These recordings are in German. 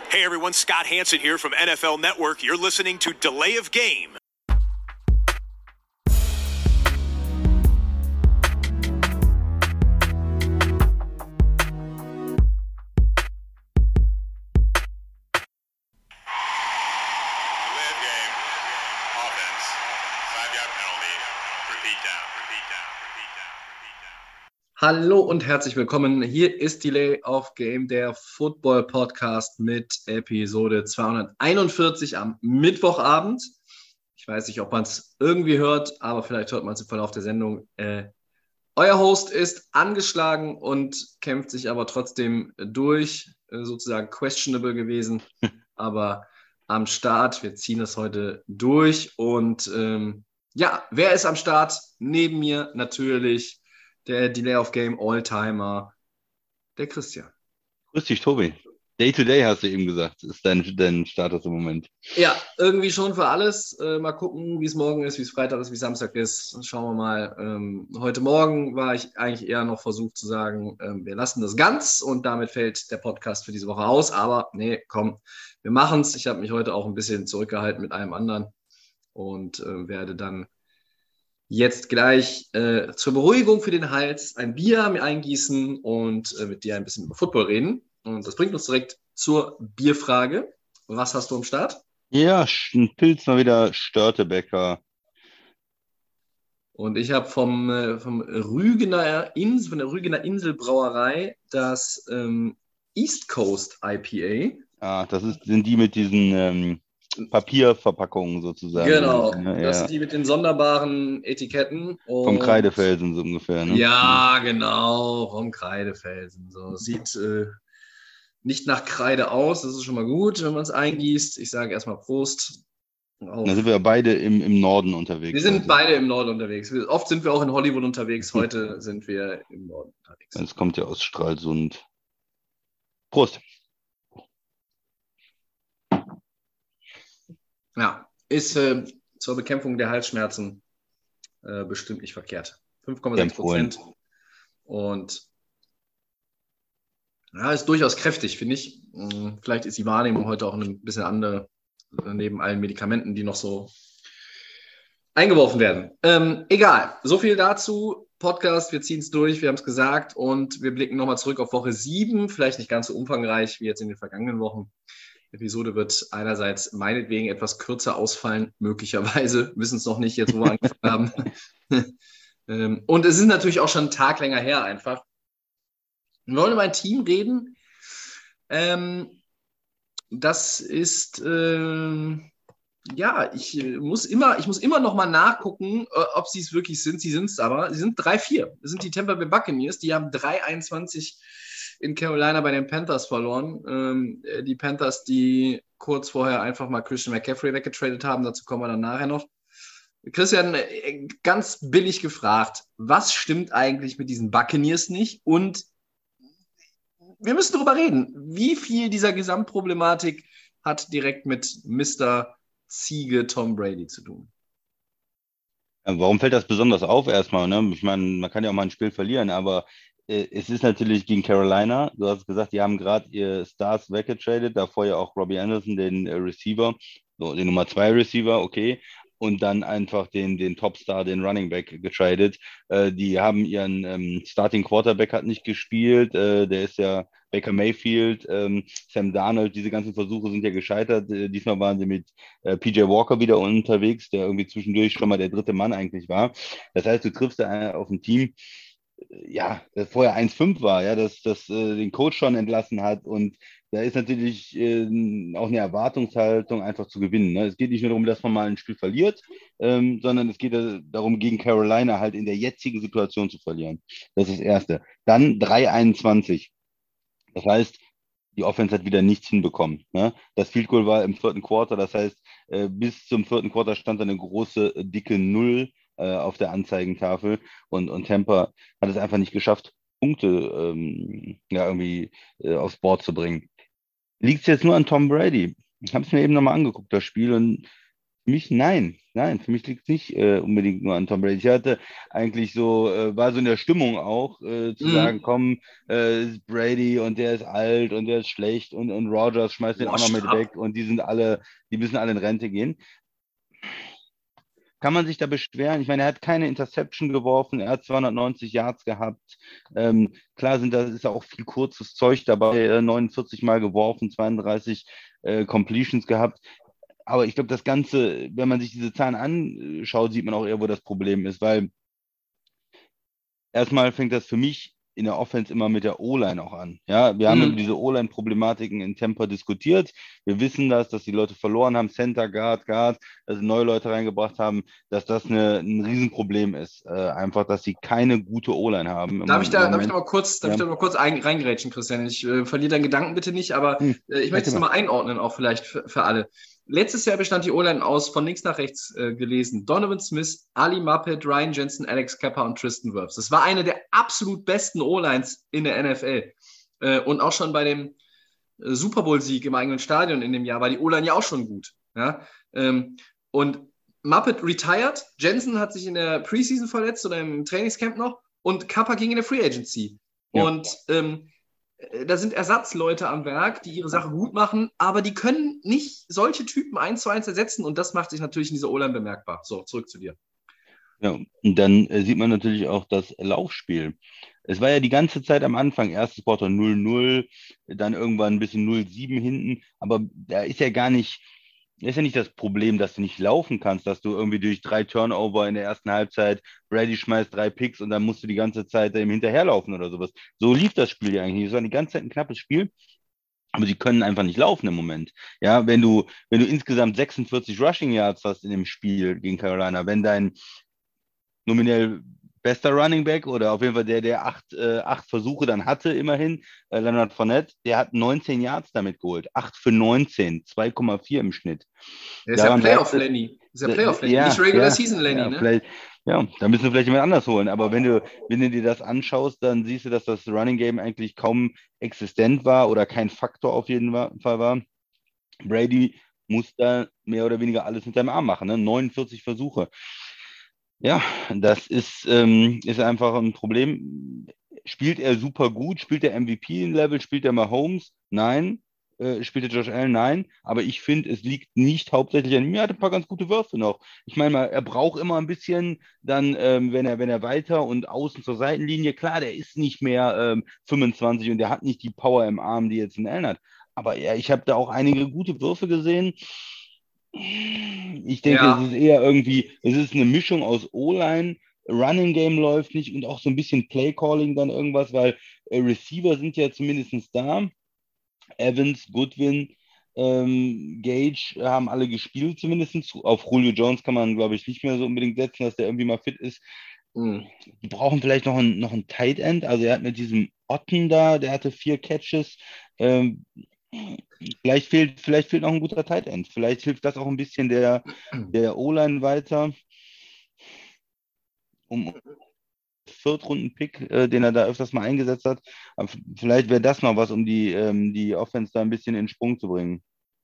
Hey everyone, Scott Hansen here from NFL Network. You're listening to Delay of Game. Hallo und herzlich willkommen. Hier ist Delay of Game, der Football Podcast mit Episode 241 am Mittwochabend. Ich weiß nicht, ob man es irgendwie hört, aber vielleicht hört man es im Verlauf der Sendung. Euer Host ist angeschlagen und kämpft sich aber trotzdem durch, sozusagen questionable gewesen, aber am Start. Wir ziehen es heute durch und wer ist am Start? Neben mir natürlich der Delay of Game Alltimer, der Christian. Grüß dich, Tobi. Day-to-Day hast du eben gesagt, ist dein Status im Moment. Ja, irgendwie schon für alles. Mal gucken, wie es morgen ist, wie es Freitag ist, wie es Samstag ist. Schauen wir mal. Heute Morgen war ich eigentlich eher noch versucht zu sagen, wir lassen das ganz und damit fällt der Podcast für diese Woche aus. Aber nee, komm, wir machen es. Ich habe mich heute auch ein bisschen zurückgehalten mit allem anderen und werde dann jetzt gleich zur Beruhigung für den Hals ein Bier mir eingießen und mit dir ein bisschen über Football reden. Und das bringt uns direkt zur Bierfrage. Was hast du am Start? Ja, ein Pilz mal wieder Störtebeker. Und ich habe von der Rügener Inselbrauerei das East Coast IPA. Ah, sind die mit diesen Papierverpackungen sozusagen. Genau, Ne? das sind die mit den sonderbaren Etiketten. Vom Kreidefelsen so ungefähr. Ne? Ja, genau, vom Kreidefelsen. So sieht nicht nach Kreide aus, das ist schon mal gut, wenn man es eingießt. Ich sage erstmal Prost. Da sind wir ja beide im Norden unterwegs. Wir sind beide im Norden unterwegs. Oft sind wir auch in Hollywood unterwegs, heute sind wir im Norden unterwegs. Das kommt ja aus Stralsund. Prost. Ja, ist zur Bekämpfung der Halsschmerzen bestimmt nicht verkehrt. 5,6%. Und ja, ist durchaus kräftig, finde ich. Vielleicht ist die Wahrnehmung heute auch ein bisschen andere, neben allen Medikamenten, die noch so eingeworfen werden. Egal, so viel dazu. Podcast, wir ziehen es durch, wir haben es gesagt und wir blicken nochmal zurück auf Woche 7, vielleicht nicht ganz so umfangreich wie jetzt in den vergangenen Wochen. Die Episode wird einerseits meinetwegen etwas kürzer ausfallen, möglicherweise, wissen es noch nicht jetzt, wo wir angefangen haben. Und es ist natürlich auch schon einen Tag länger her einfach. Wir wollen über ein Team reden. Das ist, ich muss immer noch mal nachgucken, ob sie es wirklich sind. Sie sind es aber. Sie sind 3-4. Das sind die Tampa Bay Buccaneers. Die haben 3-21 in Carolina bei den Panthers verloren. Die Panthers, die kurz vorher einfach mal Christian McCaffrey weggetradet haben. Dazu kommen wir dann nachher noch. Christian, ganz billig gefragt, was stimmt eigentlich mit diesen Buccaneers nicht? Und wir müssen darüber reden. Wie viel dieser Gesamtproblematik hat direkt mit Mr. Ziege Tom Brady zu tun? Warum fällt das besonders auf erstmal? Ne? Ich meine, man kann ja auch mal ein Spiel verlieren, aber es ist natürlich gegen Carolina. Du hast gesagt, die haben gerade ihr Stars weggetradet, davor ja auch Robbie Anderson, den Receiver, so, den Nummer 2 Receiver, okay. Und dann einfach den Topstar, den Running Back getradet. Die haben ihren Starting Quarterback hat nicht gespielt. Der ist ja Baker Mayfield, Sam Darnold. Diese ganzen Versuche sind ja gescheitert. Diesmal waren sie mit PJ Walker wieder unterwegs, der irgendwie zwischendurch schon mal der dritte Mann eigentlich war. Das heißt, du triffst da auf ein Team, ja, das vorher 1-5 war, ja, das den Coach schon entlassen hat und da ist natürlich auch eine Erwartungshaltung, einfach zu gewinnen. Ne? Es geht nicht nur darum, dass man mal ein Spiel verliert, sondern es geht darum, gegen Carolina halt in der jetzigen Situation zu verlieren. Das ist das Erste. Dann 3-21. Das heißt, die Offense hat wieder nichts hinbekommen. Ne? Das Field Goal war im 4. Quarter, das heißt, bis zum 4. Quarter stand da eine große, dicke Null auf der Anzeigentafel und Tampa hat es einfach nicht geschafft, Punkte irgendwie aufs Board zu bringen. Liegt es jetzt nur an Tom Brady? Ich habe es mir eben nochmal angeguckt, das Spiel, und für mich nein. Nein, für mich liegt es nicht unbedingt nur an Tom Brady. Ich hatte eigentlich so, war so in der Stimmung auch, zu sagen, Mhm. komm, ist Brady und der ist alt und der ist schlecht und Rodgers schmeißt den auch noch Washed mit up. weg und die müssen alle in Rente gehen. Kann man sich da beschweren? Ich meine, er hat keine Interception geworfen, er hat 290 Yards gehabt. Klar ist da auch viel kurzes Zeug dabei, 49 Mal geworfen, 32 Completions gehabt. Aber ich glaube, das Ganze, wenn man sich diese Zahlen anschaut, sieht man auch eher, wo das Problem ist, weil erstmal fängt das für mich in der Offense immer mit der O-Line auch an. Ja, wir haben über Mhm. diese O-Line-Problematiken in Tampa diskutiert. Wir wissen das, dass die Leute verloren haben, Center, Guard, dass sie neue Leute reingebracht haben, dass das ein Riesenproblem ist. Einfach, dass sie keine gute O-Line haben im Darf ich Moment. da mal kurz, Ja, reingrätschen, Christian? Ich verliere deinen Gedanken bitte nicht, aber ich kein möchte es Thema. mal einordnen, auch vielleicht für alle. Letztes Jahr bestand die O-Line aus, von links nach rechts gelesen, Donovan Smith, Ali Muppet, Ryan Jensen, Alex Kepper und Tristan Wirfs. Das war eine der absolut besten O-Lines in der NFL. Und auch schon bei dem Super Bowl-Sieg im eigenen Stadion in dem Jahr war die O-Line ja auch schon gut. Ja? Und Muppet retired, Jensen hat sich in der Preseason verletzt oder im Trainingscamp noch und Kappa ging in der Free Agency. Ja. Und da sind Ersatzleute am Werk, die ihre Sache gut machen, aber die können nicht solche Typen 1:1 ersetzen und das macht sich natürlich in dieser O-Line bemerkbar. So, zurück zu dir. Ja, und dann sieht man natürlich auch das Laufspiel. Es war ja die ganze Zeit am Anfang, erstes Quarter 0-0, dann irgendwann ein bisschen 0-7 hinten, aber da ist ja nicht das Problem, dass du nicht laufen kannst, dass du irgendwie durch 3 Turnover in der ersten Halbzeit, Brady schmeißt 3 Picks und dann musst du die ganze Zeit ihm hinterherlaufen oder sowas. So lief das Spiel ja eigentlich. Es war die ganze Zeit ein knappes Spiel. Aber sie können einfach nicht laufen im Moment. Ja, wenn du insgesamt 46 Rushing Yards hast in dem Spiel gegen Carolina, wenn dein nominell bester Running Back oder auf jeden Fall der acht Versuche dann hatte, immerhin. Leonard Fournette, der hat 19 Yards damit geholt. 8 für 19, 2,4 im Schnitt. Der ist ja Daran merkst Playoff du, Lenny. Das ist ja Playoff Lenny, nicht ja, Regular ja, Season Lenny, ja, ne? vielleicht, ja, da müssen wir vielleicht jemand anders holen. Aber wenn du dir das anschaust, dann siehst du, dass das Running Game eigentlich kaum existent war oder kein Faktor auf jeden Fall war. Brady muss da mehr oder weniger alles mit seinem Arm machen, ne? 49 Versuche. Ja, das ist einfach ein Problem. Spielt er super gut? Spielt er MVP-Level? Spielt er Mahomes? Nein. Spielt er Josh Allen? Nein. Aber ich finde, es liegt nicht hauptsächlich an mir. Er hat ein paar ganz gute Würfe noch. Ich meine mal, er braucht immer ein bisschen dann, wenn er weiter und außen zur Seitenlinie, klar, der ist nicht mehr 25 und der hat nicht die Power im Arm, die jetzt ein Allen hat. Aber ja, ich habe da auch einige gute Würfe gesehen. Ich denke, Ja, es ist eine Mischung aus O-Line, Running Game läuft nicht und auch so ein bisschen Play Calling dann irgendwas, weil Receiver sind ja zumindest da. Evans, Goodwin, Gage haben alle gespielt zumindest. Auf Julio Jones kann man, glaube ich, nicht mehr so unbedingt setzen, dass der irgendwie mal fit ist. hm. Die brauchen vielleicht noch ein Tight End. Also er hat mit diesem Otten da, der hatte 4 Catches. Ähm, vielleicht fehlt noch ein guter Tight End. Vielleicht hilft das auch ein bisschen der O-Line weiter, um Viertrunden-Pick, den er da öfters mal eingesetzt hat. Aber vielleicht wäre das noch was, um die Offense da ein bisschen in Sprung zu bringen.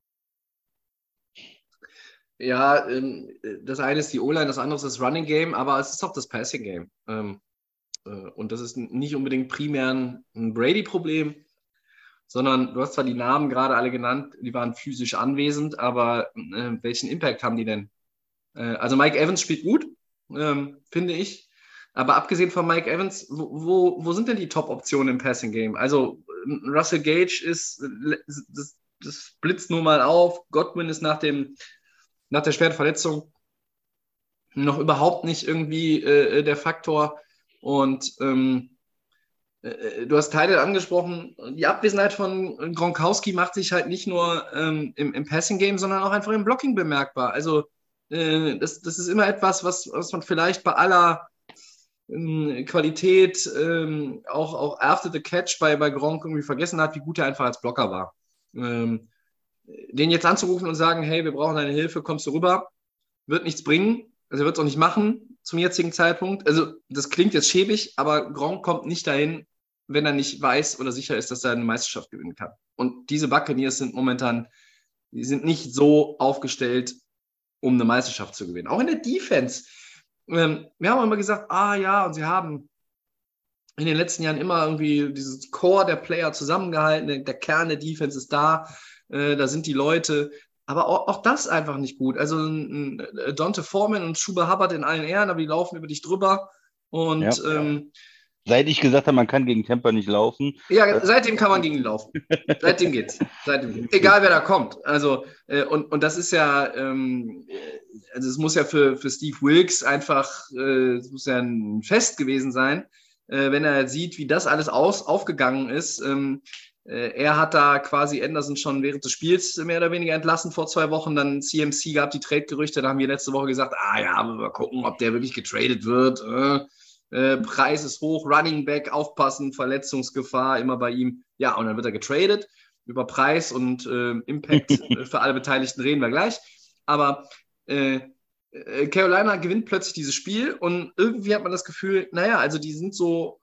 Ja, das eine ist die O-Line, das andere ist das Running Game, aber es ist auch das Passing Game. Und das ist nicht unbedingt primär ein Brady-Problem, sondern du hast zwar die Namen gerade alle genannt, die waren physisch anwesend, aber welchen Impact haben die denn? Also Mike Evans spielt gut, finde ich. Aber abgesehen von Mike Evans, wo sind denn die Top-Optionen im Passing-Game? Also Russell Gage das blitzt nur mal auf. Godwin ist nach der schweren Verletzung noch überhaupt nicht irgendwie der Faktor. Und du hast Teile angesprochen, die Abwesenheit von Gronkowski macht sich halt nicht nur im Passing-Game, sondern auch einfach im Blocking bemerkbar. Also das ist immer etwas, was man vielleicht bei aller Qualität auch after the catch bei Gronk irgendwie vergessen hat, wie gut er einfach als Blocker war. Den jetzt anzurufen und sagen, hey, wir brauchen deine Hilfe, kommst du rüber, wird nichts bringen. Also er wird es auch nicht machen zum jetzigen Zeitpunkt. Also das klingt jetzt schäbig, aber Gronk kommt nicht dahin, wenn er nicht weiß oder sicher ist, dass er eine Meisterschaft gewinnen kann. Und diese Buccaneers sind momentan, die sind nicht so aufgestellt, um eine Meisterschaft zu gewinnen. Auch in der Defense. Wir haben auch immer gesagt, und sie haben in den letzten Jahren immer irgendwie dieses Core der Player zusammengehalten, der Kern der Defense ist da sind die Leute, aber auch das einfach nicht gut. Also Dante Foreman und Chuba Hubbard in allen Ehren, aber die laufen über dich drüber und seit ich gesagt habe, man kann gegen Tampa nicht laufen. Ja, seitdem kann man gegen ihn laufen. Seitdem geht's. Egal, wer da kommt. Also, und das ist ja, also es muss ja für Steve Wilkes einfach, es muss ja ein Fest gewesen sein, wenn er sieht, wie das alles aufgegangen ist. Er hat da quasi Anderson schon während des Spiels mehr oder weniger entlassen vor 2 Wochen. Dann CMC gab die Trade-Gerüchte. Da haben wir letzte Woche gesagt, mal gucken, ob der wirklich getradet wird. Preis ist hoch, Running Back, aufpassen, Verletzungsgefahr, immer bei ihm. Ja, und dann wird er getradet. Über Preis und Impact für alle Beteiligten reden wir gleich. Aber Carolina gewinnt plötzlich dieses Spiel und irgendwie hat man das Gefühl, also die sind so,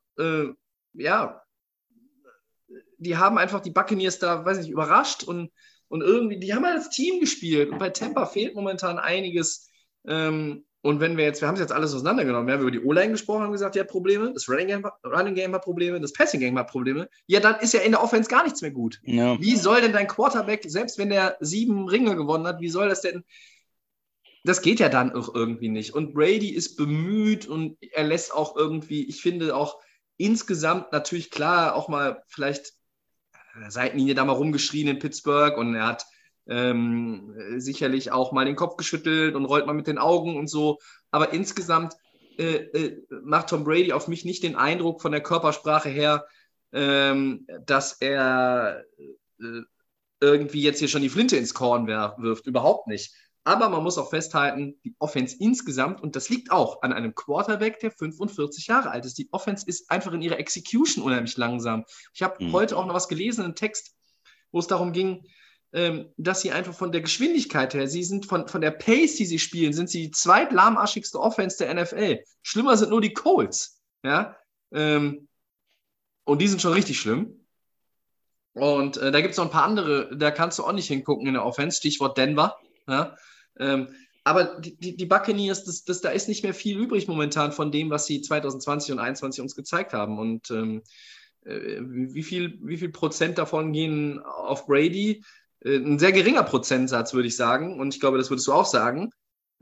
die haben einfach die Buccaneers da, weiß nicht, überrascht und irgendwie, die haben halt als Team gespielt und bei Tampa fehlt momentan einiges. Und wenn wir haben es jetzt alles auseinandergenommen, wir haben über die O-Line gesprochen, haben gesagt, die hat Probleme, das Running Game hat Probleme, das Passing Game hat Probleme, ja, dann ist ja in der Offense gar nichts mehr gut. Ja. Wie soll denn dein Quarterback, selbst wenn der 7 Ringe gewonnen hat, wie soll das denn, das geht ja dann auch irgendwie nicht. Und Brady ist bemüht und er lässt auch irgendwie, ich finde auch insgesamt natürlich klar auch mal vielleicht Seitenlinie da mal rumgeschrien in Pittsburgh und er hat sicherlich auch mal den Kopf geschüttelt und rollt mal mit den Augen und so. Aber insgesamt macht Tom Brady auf mich nicht den Eindruck von der Körpersprache her, dass er irgendwie jetzt hier schon die Flinte ins Korn wirft. Überhaupt nicht. Aber man muss auch festhalten, die Offense insgesamt, und das liegt auch an einem Quarterback, der 45 Jahre alt ist. Die Offense ist einfach in ihrer Execution unheimlich langsam. Ich habe heute auch noch was gelesen, einen Text, wo es darum ging, dass sie einfach von der Geschwindigkeit her, sie sind von der Pace, die sie spielen, sind sie die zweitlahmarschigste Offense der NFL. Schlimmer sind nur die Colts. Ja? Und die sind schon richtig schlimm. Und da gibt es noch ein paar andere, da kannst du auch nicht hingucken in der Offense, Stichwort Denver. Ja? Aber die Buccaneers, da ist nicht mehr viel übrig momentan von dem, was sie 2020 und 2021 uns gezeigt haben. Und wie viel Prozent davon gehen auf Brady? Ein sehr geringer Prozentsatz, würde ich sagen. Und ich glaube, das würdest du auch sagen.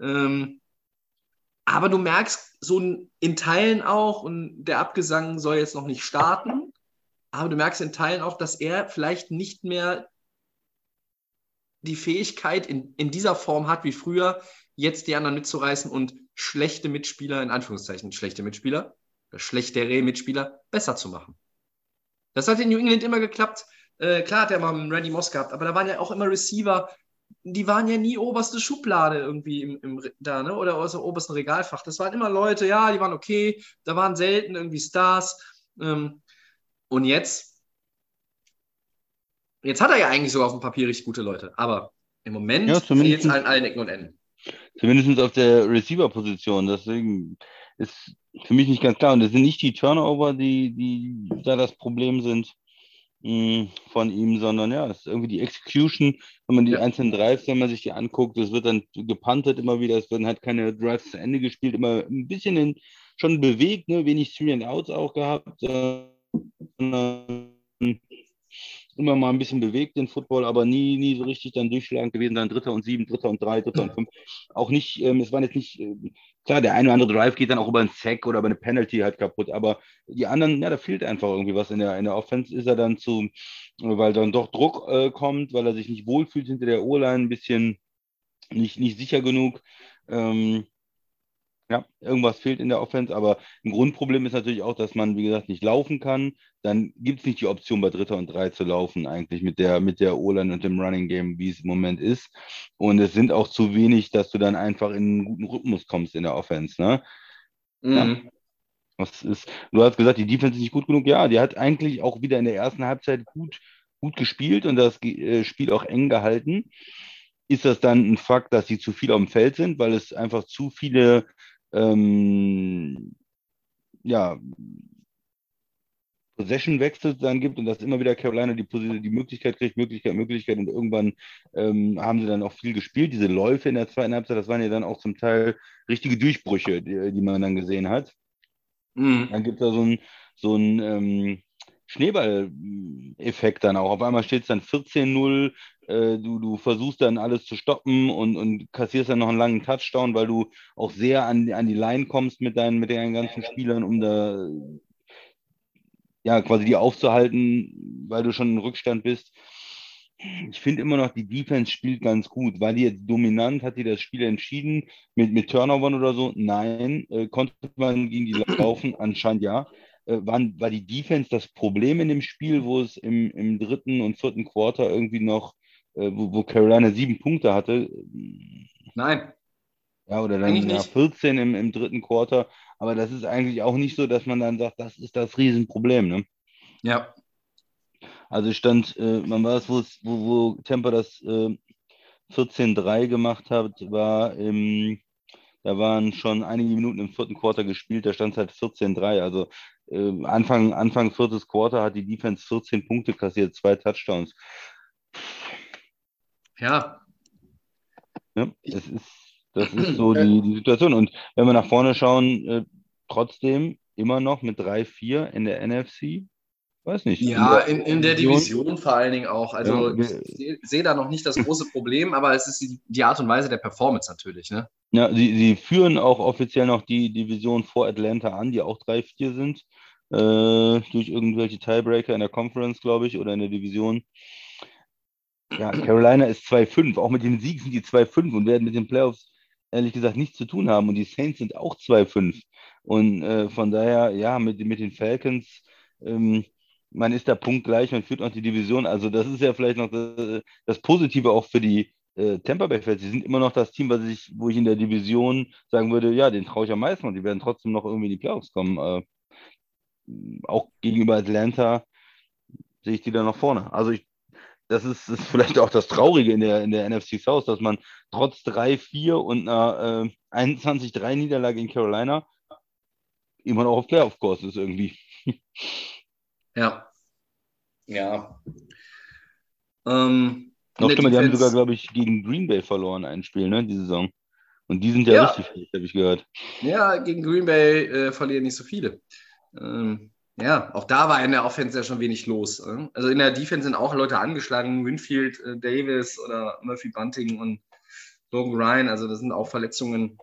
Aber du merkst so in Teilen auch, und der Abgesang soll jetzt noch nicht starten, aber du merkst in Teilen auch, dass er vielleicht nicht mehr die Fähigkeit in dieser Form hat wie früher, jetzt die anderen mitzureißen und schlechte Mitspieler, in Anführungszeichen schlechte Mitspieler, schlechtere Mitspieler besser zu machen. Das hat in New England immer geklappt. Klar hat er mal einen Randy Moss gehabt, aber da waren ja auch immer Receiver, die waren ja nie oberste Schublade irgendwie oder aus dem obersten Regalfach. Das waren immer Leute, ja, die waren okay, da waren selten irgendwie Stars. Und jetzt hat er ja eigentlich sogar auf dem Papier richtig gute Leute, aber im Moment fehlt es an allen Ecken und Enden. Zumindest auf der Receiver-Position, deswegen ist für mich nicht ganz klar. Und das sind nicht die Turnover, die da das Problem sind von ihm, sondern es ist irgendwie die Execution, wenn man die einzelnen Drives, wenn man sich die anguckt, es wird dann gepuntet immer wieder, es werden halt keine Drives zu Ende gespielt, immer ein bisschen schon bewegt, ne? Wenig 3-and-Outs auch gehabt, immer mal ein bisschen bewegt den Football, aber nie so richtig dann durchschlagend gewesen, dann 3. und 7, 3. und 3, 3. und 5. Auch nicht, es waren jetzt nicht, klar, der eine oder andere Drive geht dann auch über einen Sack oder über eine Penalty halt kaputt, aber die anderen, da fehlt einfach irgendwie was in der Offense, ist er dann weil dann doch Druck kommt, weil er sich nicht wohlfühlt hinter der O-Line, ein bisschen nicht sicher genug. Irgendwas fehlt in der Offense, aber ein Grundproblem ist natürlich auch, dass man, wie gesagt, nicht laufen kann. Dann gibt es nicht die Option, bei 3. und 3 zu laufen, eigentlich mit der O-Line und dem Running Game, wie es im Moment ist. Und es sind auch zu wenig, dass du dann einfach in einen guten Rhythmus kommst in der Offense. Ne? Mhm. Ja. Du hast gesagt, die Defense ist nicht gut genug. Ja, die hat eigentlich auch wieder in der ersten Halbzeit gut gespielt und das Spiel auch eng gehalten. Ist das dann ein Fakt, dass sie zu viel auf dem Feld sind, weil es einfach zu viele Possession-Wechsel dann gibt und dass immer wieder Carolina die Möglichkeit kriegt, Möglichkeit und irgendwann haben sie dann auch viel gespielt. Diese Läufe in der zweiten Halbzeit, das waren ja dann auch zum Teil richtige Durchbrüche, die man dann gesehen hat. Mhm. Dann gibt es da so ein Schneeball-Effekt dann auch. Auf einmal steht es dann 14-0, du versuchst dann alles zu stoppen und kassierst dann noch einen langen Touchdown, weil du auch sehr an die Line kommst mit deinen ganzen Spielern, um da ja quasi die aufzuhalten, weil du schon in Rückstand bist. Ich finde immer noch, die Defense spielt ganz gut. War die jetzt dominant? Hat die das Spiel entschieden mit Turnovern oder so? Nein. Konnte man gegen die laufen? Anscheinend ja. War die Defense das Problem in dem Spiel, wo es im dritten und vierten Quarter irgendwie noch, wo Carolina 7 Punkte hatte? Nein, Ja, oder eigentlich dann ja nicht. 14 im dritten Quarter. Aber das ist eigentlich auch nicht so, dass man dann sagt, das ist das Riesenproblem, ne? Ja. Also man weiß, wo Tampa das 14-3 gemacht hat, da waren schon einige Minuten im vierten Quarter gespielt, da stand es halt 14-3. Also Anfang viertes Quarter hat die Defense 14 Punkte kassiert, 2 Touchdowns. Ja. Ne? Ich, Das ist so die Situation. Und wenn wir nach vorne schauen, trotzdem immer noch mit 3-4 in der NFC, weiß nicht, in Ja, der in der Division. Division vor allen Dingen auch. Ja, Also ich sehe da noch nicht das große Problem, aber es ist die Art und Weise der Performance natürlich, ne? ja, sie führen auch offiziell noch die Division vor Atlanta an, die auch 3-4 sind, durch irgendwelche Tiebreaker in der Conference, glaube ich, oder in der Division. Ja, Carolina ist 2-5, auch mit dem Sieg sind die 2-5 und werden mit den Playoffs ehrlich gesagt nichts zu tun haben. Und die Saints sind auch 2-5. Und von daher, ja, mit den Falcons, ähm, man ist da punktgleich, man führt noch die Division. Also das ist ja vielleicht noch das Positive auch für die Tampa Bay Falcons. Sie sind immer noch das Team, wo ich in der Division sagen würde, ja, den traue ich am meisten und die werden trotzdem noch irgendwie in die Playoffs kommen. Auch gegenüber Atlanta sehe ich die da noch vorne. Also das ist vielleicht auch das Traurige in der NFC South, dass man trotz 3-4 und einer 21-3 Niederlage in Carolina immer noch auf Playoff-Kurs ist irgendwie. Ja, ja. In Noch der schlimmer, die haben sogar, Defense, glaube ich, gegen Green Bay verloren, ein Spiel, ne, die Saison. Und die sind ja ja, richtig schlecht, habe ich gehört. ja, gegen Green Bay verlieren nicht so viele. Ja, auch da war in der Offense ja schon wenig los. Also in der Defense sind auch Leute angeschlagen, Winfield, Davis oder Murphy Bunting und Logan Ryan. Also das sind auch Verletzungen.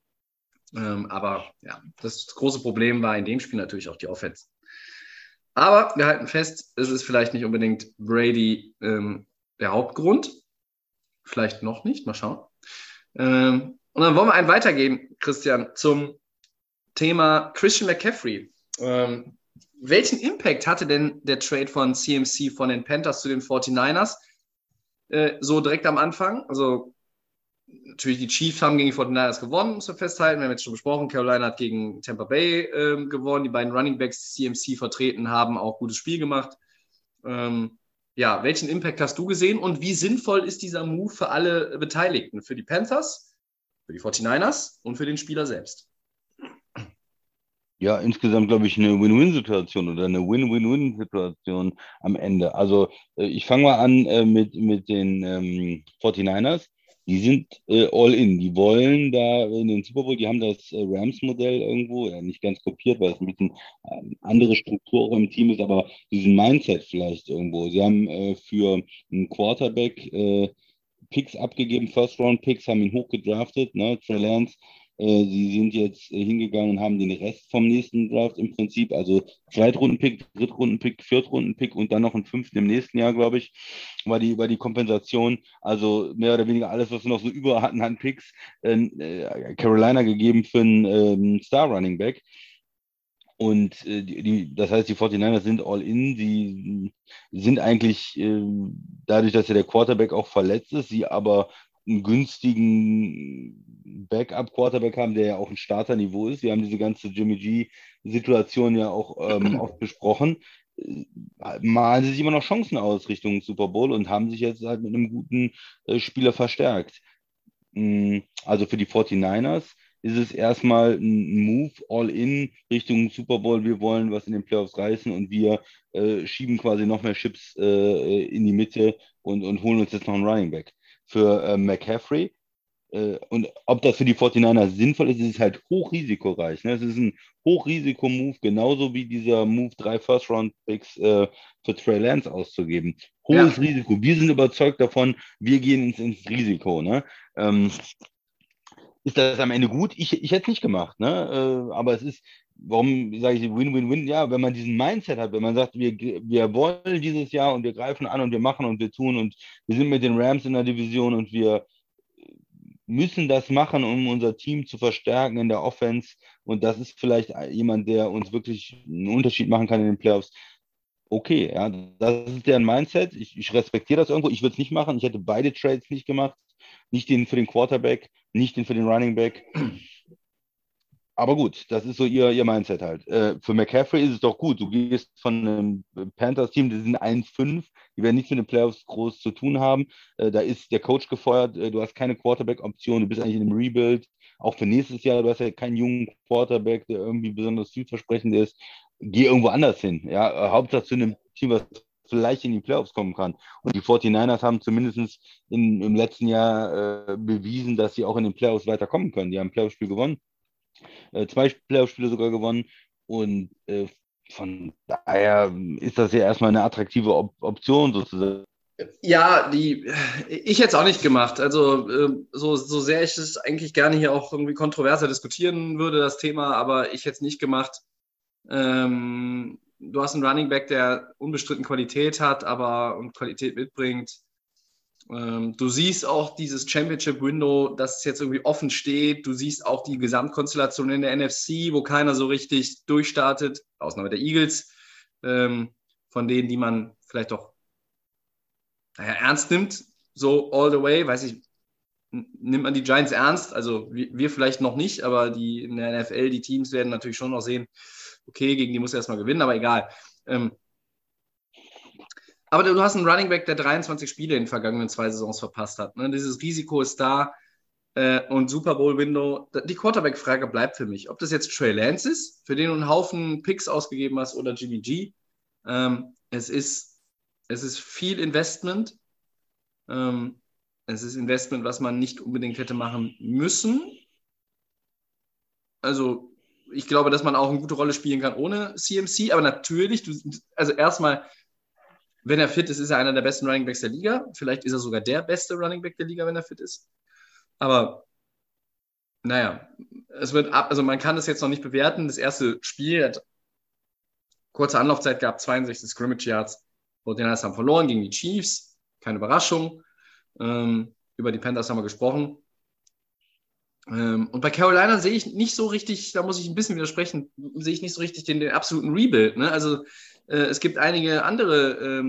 Aber ja, das große Problem war in dem Spiel natürlich auch die Offense. Aber wir halten fest, es ist vielleicht nicht unbedingt Brady der Hauptgrund. Vielleicht noch nicht, mal schauen. Und dann wollen wir einen weitergehen, Christian, zum Thema Christian McCaffrey. Welchen Impact hatte denn der Trade von CMC von den Panthers zu den 49ers so direkt am Anfang? Also natürlich die Chiefs haben gegen die 49ers gewonnen, muss man festhalten. Wir haben jetzt schon besprochen, Carolina hat gegen Tampa Bay gewonnen. Die beiden Running Backs, die CMC vertreten haben, auch gutes Spiel gemacht. Ja, welchen Impact hast du gesehen und wie sinnvoll ist dieser Move für alle Beteiligten? Für die Panthers, für die 49ers und für den Spieler selbst? Ja, insgesamt glaube ich eine Win-Win-Situation oder eine Win-Win-Win-Situation am Ende. Also ich fange mal an mit den 49ers. Die sind all in. Die wollen da in den Super Bowl, die haben das Rams-Modell irgendwo, nicht ganz kopiert, weil es ein bisschen andere Struktur auch im Team ist, aber diesen Mindset vielleicht irgendwo. Sie haben für einen Quarterback Picks abgegeben, First-Round-Picks, haben ihn hochgedraftet, ne, Trey Lance. Sie sind jetzt hingegangen und haben den Rest vom nächsten Draft im Prinzip, also Zweitrunden-Pick, Drittrunden-Pick, Viertrunden-Pick und dann noch einen fünften im nächsten Jahr, glaube ich, war die Kompensation. Also mehr oder weniger alles, was wir noch so über hatten an Picks, Carolina gegeben für einen Star-Running-Back. Und das heißt, die 49ers sind all in. Sie sind eigentlich, dadurch, dass ja der Quarterback auch verletzt ist, sie aber einen günstigen Backup-Quarterback haben, der ja auch ein Starterniveau ist. Wir haben diese ganze Jimmy G-Situation ja auch oft besprochen. Malen sie sich immer noch Chancen aus Richtung Super Bowl und haben sich jetzt halt mit einem guten Spieler verstärkt. Also für die 49ers. ist es erstmal ein Move, all in Richtung Super Bowl. Wir wollen was in den Playoffs reißen und wir schieben quasi noch mehr Chips in die Mitte und holen uns jetzt noch einen Running Back. Für McCaffrey. Und ob das für die 49ers sinnvoll ist, ist es halt hochrisikoreich. Ne? Es ist ein Hochrisiko-Move, genauso wie dieser Move, 3 First-Round-Picks für Trey Lance auszugeben. Ja, Hohes Risiko. Wir sind überzeugt davon, wir gehen ins Risiko. Ne? Ist das am Ende gut? Ich hätte es nicht gemacht. Ne? Aber es ist, warum sage ich Win-Win-Win? Ja, wenn man diesen Mindset hat, wenn man sagt, wir wollen dieses Jahr und wir greifen an und wir machen und wir tun und wir sind mit den Rams in der Division und wir müssen das machen, um unser Team zu verstärken in der Offense. Und das ist vielleicht jemand, der uns wirklich einen Unterschied machen kann in den Playoffs. Okay, ja, das ist deren Mindset. Ich respektiere das irgendwo. Ich würde es nicht machen. Ich hätte beide Trades nicht gemacht. Nicht den für den Quarterback, nicht den für den Running Back. Aber gut, das ist so ihr Mindset halt. Für McCaffrey ist es doch gut. Du gehst von einem Panthers-Team, die sind 1-5, die werden nichts mit den Playoffs groß zu tun haben. Da ist der Coach gefeuert, du hast keine Quarterback-Option, du bist eigentlich in einem Rebuild. Auch für nächstes Jahr, du hast ja keinen jungen Quarterback, der irgendwie besonders vielversprechend ist. Geh irgendwo anders hin. Ja? Hauptsache zu einem Team, was vielleicht in die Playoffs kommen kann. Und die 49ers haben zumindest im letzten Jahr bewiesen, dass sie auch in den Playoffs weiterkommen können. Die haben ein Playoff-Spiel gewonnen. 2 Playoff-Spiele sogar gewonnen. Und von daher ist das ja erstmal eine attraktive Option sozusagen. ja, ich hätte es auch nicht gemacht. Also so sehr ich es eigentlich gerne hier auch irgendwie kontroverser diskutieren würde, das Thema, aber ich hätte es nicht gemacht. Du hast einen Running Back, der unbestritten Qualität hat, und Qualität mitbringt. Du siehst auch dieses Championship-Window, das es jetzt irgendwie offen steht. Du siehst auch die Gesamtkonstellation in der NFC, wo keiner so richtig durchstartet, Ausnahme der Eagles, von denen, die man vielleicht auch ernst nimmt, so all the way. Weiß ich, nimmt man die Giants ernst? Also wir vielleicht noch nicht, aber die in der NFL, die Teams werden natürlich schon noch sehen, okay, gegen die muss er erstmal gewinnen, aber egal. Aber du hast einen Running Back, der 23 Spiele in den vergangenen 2 Saisons verpasst hat. Ne? Dieses Risiko ist da und Super Bowl-Window. Die Quarterback-Frage bleibt für mich. Ob das jetzt Trey Lance ist, für den du einen Haufen Picks ausgegeben hast, oder Jimmy G. Es ist viel Investment. Es ist Investment, was man nicht unbedingt hätte machen müssen. Also ich glaube, dass man auch eine gute Rolle spielen kann ohne CMC. Aber natürlich, also erstmal, wenn er fit ist, ist er einer der besten Running Backs der Liga. Vielleicht ist er sogar der beste Running Back der Liga, wenn er fit ist. Aber naja, also man kann das jetzt noch nicht bewerten. Das erste Spiel hat kurze Anlaufzeit gehabt, 62 Scrimmage Yards. Die Niners haben verloren gegen die Chiefs. Keine Überraschung. Über die Panthers haben wir gesprochen. Und bei Carolina sehe ich nicht so richtig, da muss ich ein bisschen widersprechen, sehe ich nicht so richtig den absoluten Rebuild. Ne? Also es gibt einige andere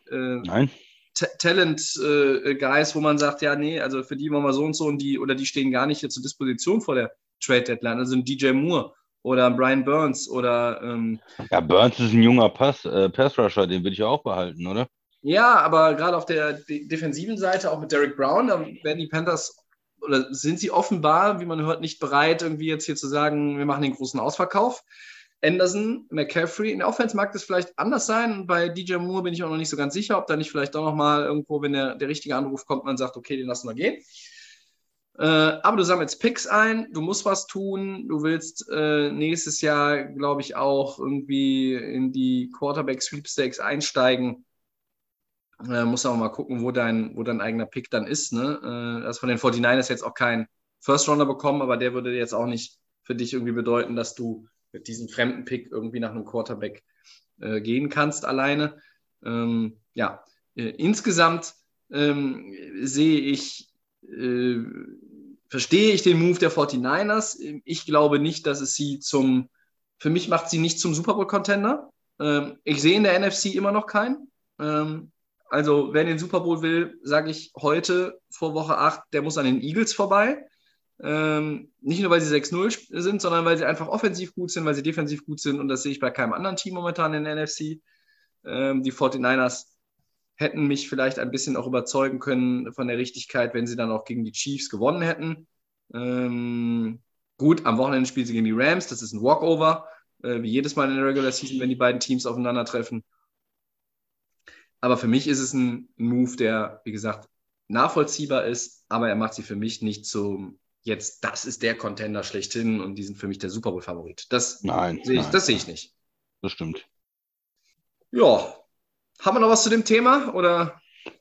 Talent-Guys, wo man sagt, ja, nee, also für die wollen wir so und so und die stehen gar nicht zur Disposition vor der Trade-Deadline. Also ein DJ Moore oder ein Brian Burns oder ja, Burns ist ein junger Pass-Rusher, den würde ich auch behalten, oder? Ja, aber gerade auf der defensiven Seite, auch mit Derrick Brown, da werden die Panthers oder sind sie offenbar, wie man hört, nicht bereit, irgendwie jetzt hier zu sagen, wir machen den großen Ausverkauf. Anderson, McCaffrey, in der Offense mag das vielleicht anders sein. Bei DJ Moore bin ich auch noch nicht so ganz sicher, ob da nicht vielleicht doch nochmal irgendwo, wenn der richtige Anruf kommt, man sagt, okay, den lassen wir gehen. Aber du sammelst Picks ein, du musst was tun, du willst nächstes Jahr, glaube ich, auch irgendwie in die Quarterback-Sweepstakes einsteigen. Muss auch mal gucken, wo dein eigener Pick dann ist. Ne? Das von den 49ers jetzt auch kein First-Rounder bekommen, aber der würde jetzt auch nicht für dich irgendwie bedeuten, dass du mit diesem fremden Pick irgendwie nach einem Quarterback gehen kannst alleine. Insgesamt verstehe ich den Move der 49ers. Ich glaube nicht, dass es für mich macht sie nicht zum Super Bowl-Contender. Ich sehe in der NFC immer noch keinen. Also, wer in den Super Bowl will, sage ich heute vor Woche 8, der muss an den Eagles vorbei. Nicht nur, weil sie 6-0 sind, sondern weil sie einfach offensiv gut sind, weil sie defensiv gut sind. Und das sehe ich bei keinem anderen Team momentan in der NFC. Die 49ers hätten mich vielleicht ein bisschen auch überzeugen können von der Richtigkeit, wenn sie dann auch gegen die Chiefs gewonnen hätten. Gut, am Wochenende spielen sie gegen die Rams, das ist ein Walkover, wie jedes Mal in der Regular Season, wenn die beiden Teams aufeinandertreffen. Aber für mich ist es ein Move, der, wie gesagt, nachvollziehbar ist, aber er macht sie für mich nicht zum, jetzt, das ist der Contender schlechthin und die sind für mich der Super Bowl-Favorit. Nein, Das sehe ich nicht. das stimmt. Ja, haben wir noch was zu dem Thema oder?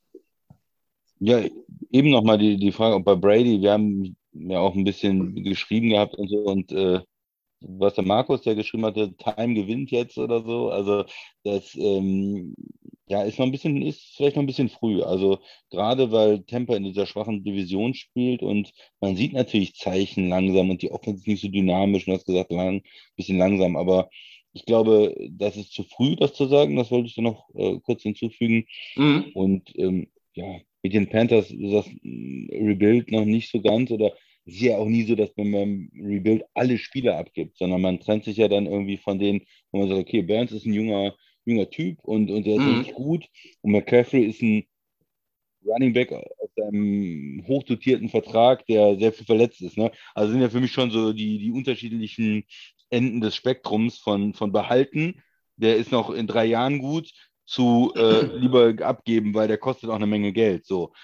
Ja, eben nochmal die Frage, ob bei Brady, wir haben ja auch ein bisschen geschrieben gehabt und so und was der Markus, der geschrieben hatte, Time gewinnt jetzt oder so. Also das ja, ist vielleicht noch ein bisschen früh. Also gerade weil Tampa in dieser schwachen Division spielt und man sieht natürlich Zeichen langsam und die Offense ist nicht so dynamisch, du hast gesagt, bisschen langsam, aber ich glaube, das ist zu früh, das zu sagen. Das wollte ich dann noch kurz hinzufügen. Mhm. Und ja, mit den Panthers ist das Rebuild noch nicht so ganz oder es ist ja auch nie so, dass man beim Rebuild alle Spieler abgibt, sondern man trennt sich ja dann irgendwie von denen, wo man sagt, okay, Burns ist ein junger Typ und der ist richtig gut und McCaffrey ist ein Running Back auf seinem hochdotierten Vertrag, der sehr viel verletzt ist. Ne? Also sind ja für mich schon so die unterschiedlichen Enden des Spektrums von behalten, der ist noch in 3 Jahren gut, zu lieber abgeben, weil der kostet auch eine Menge Geld. So.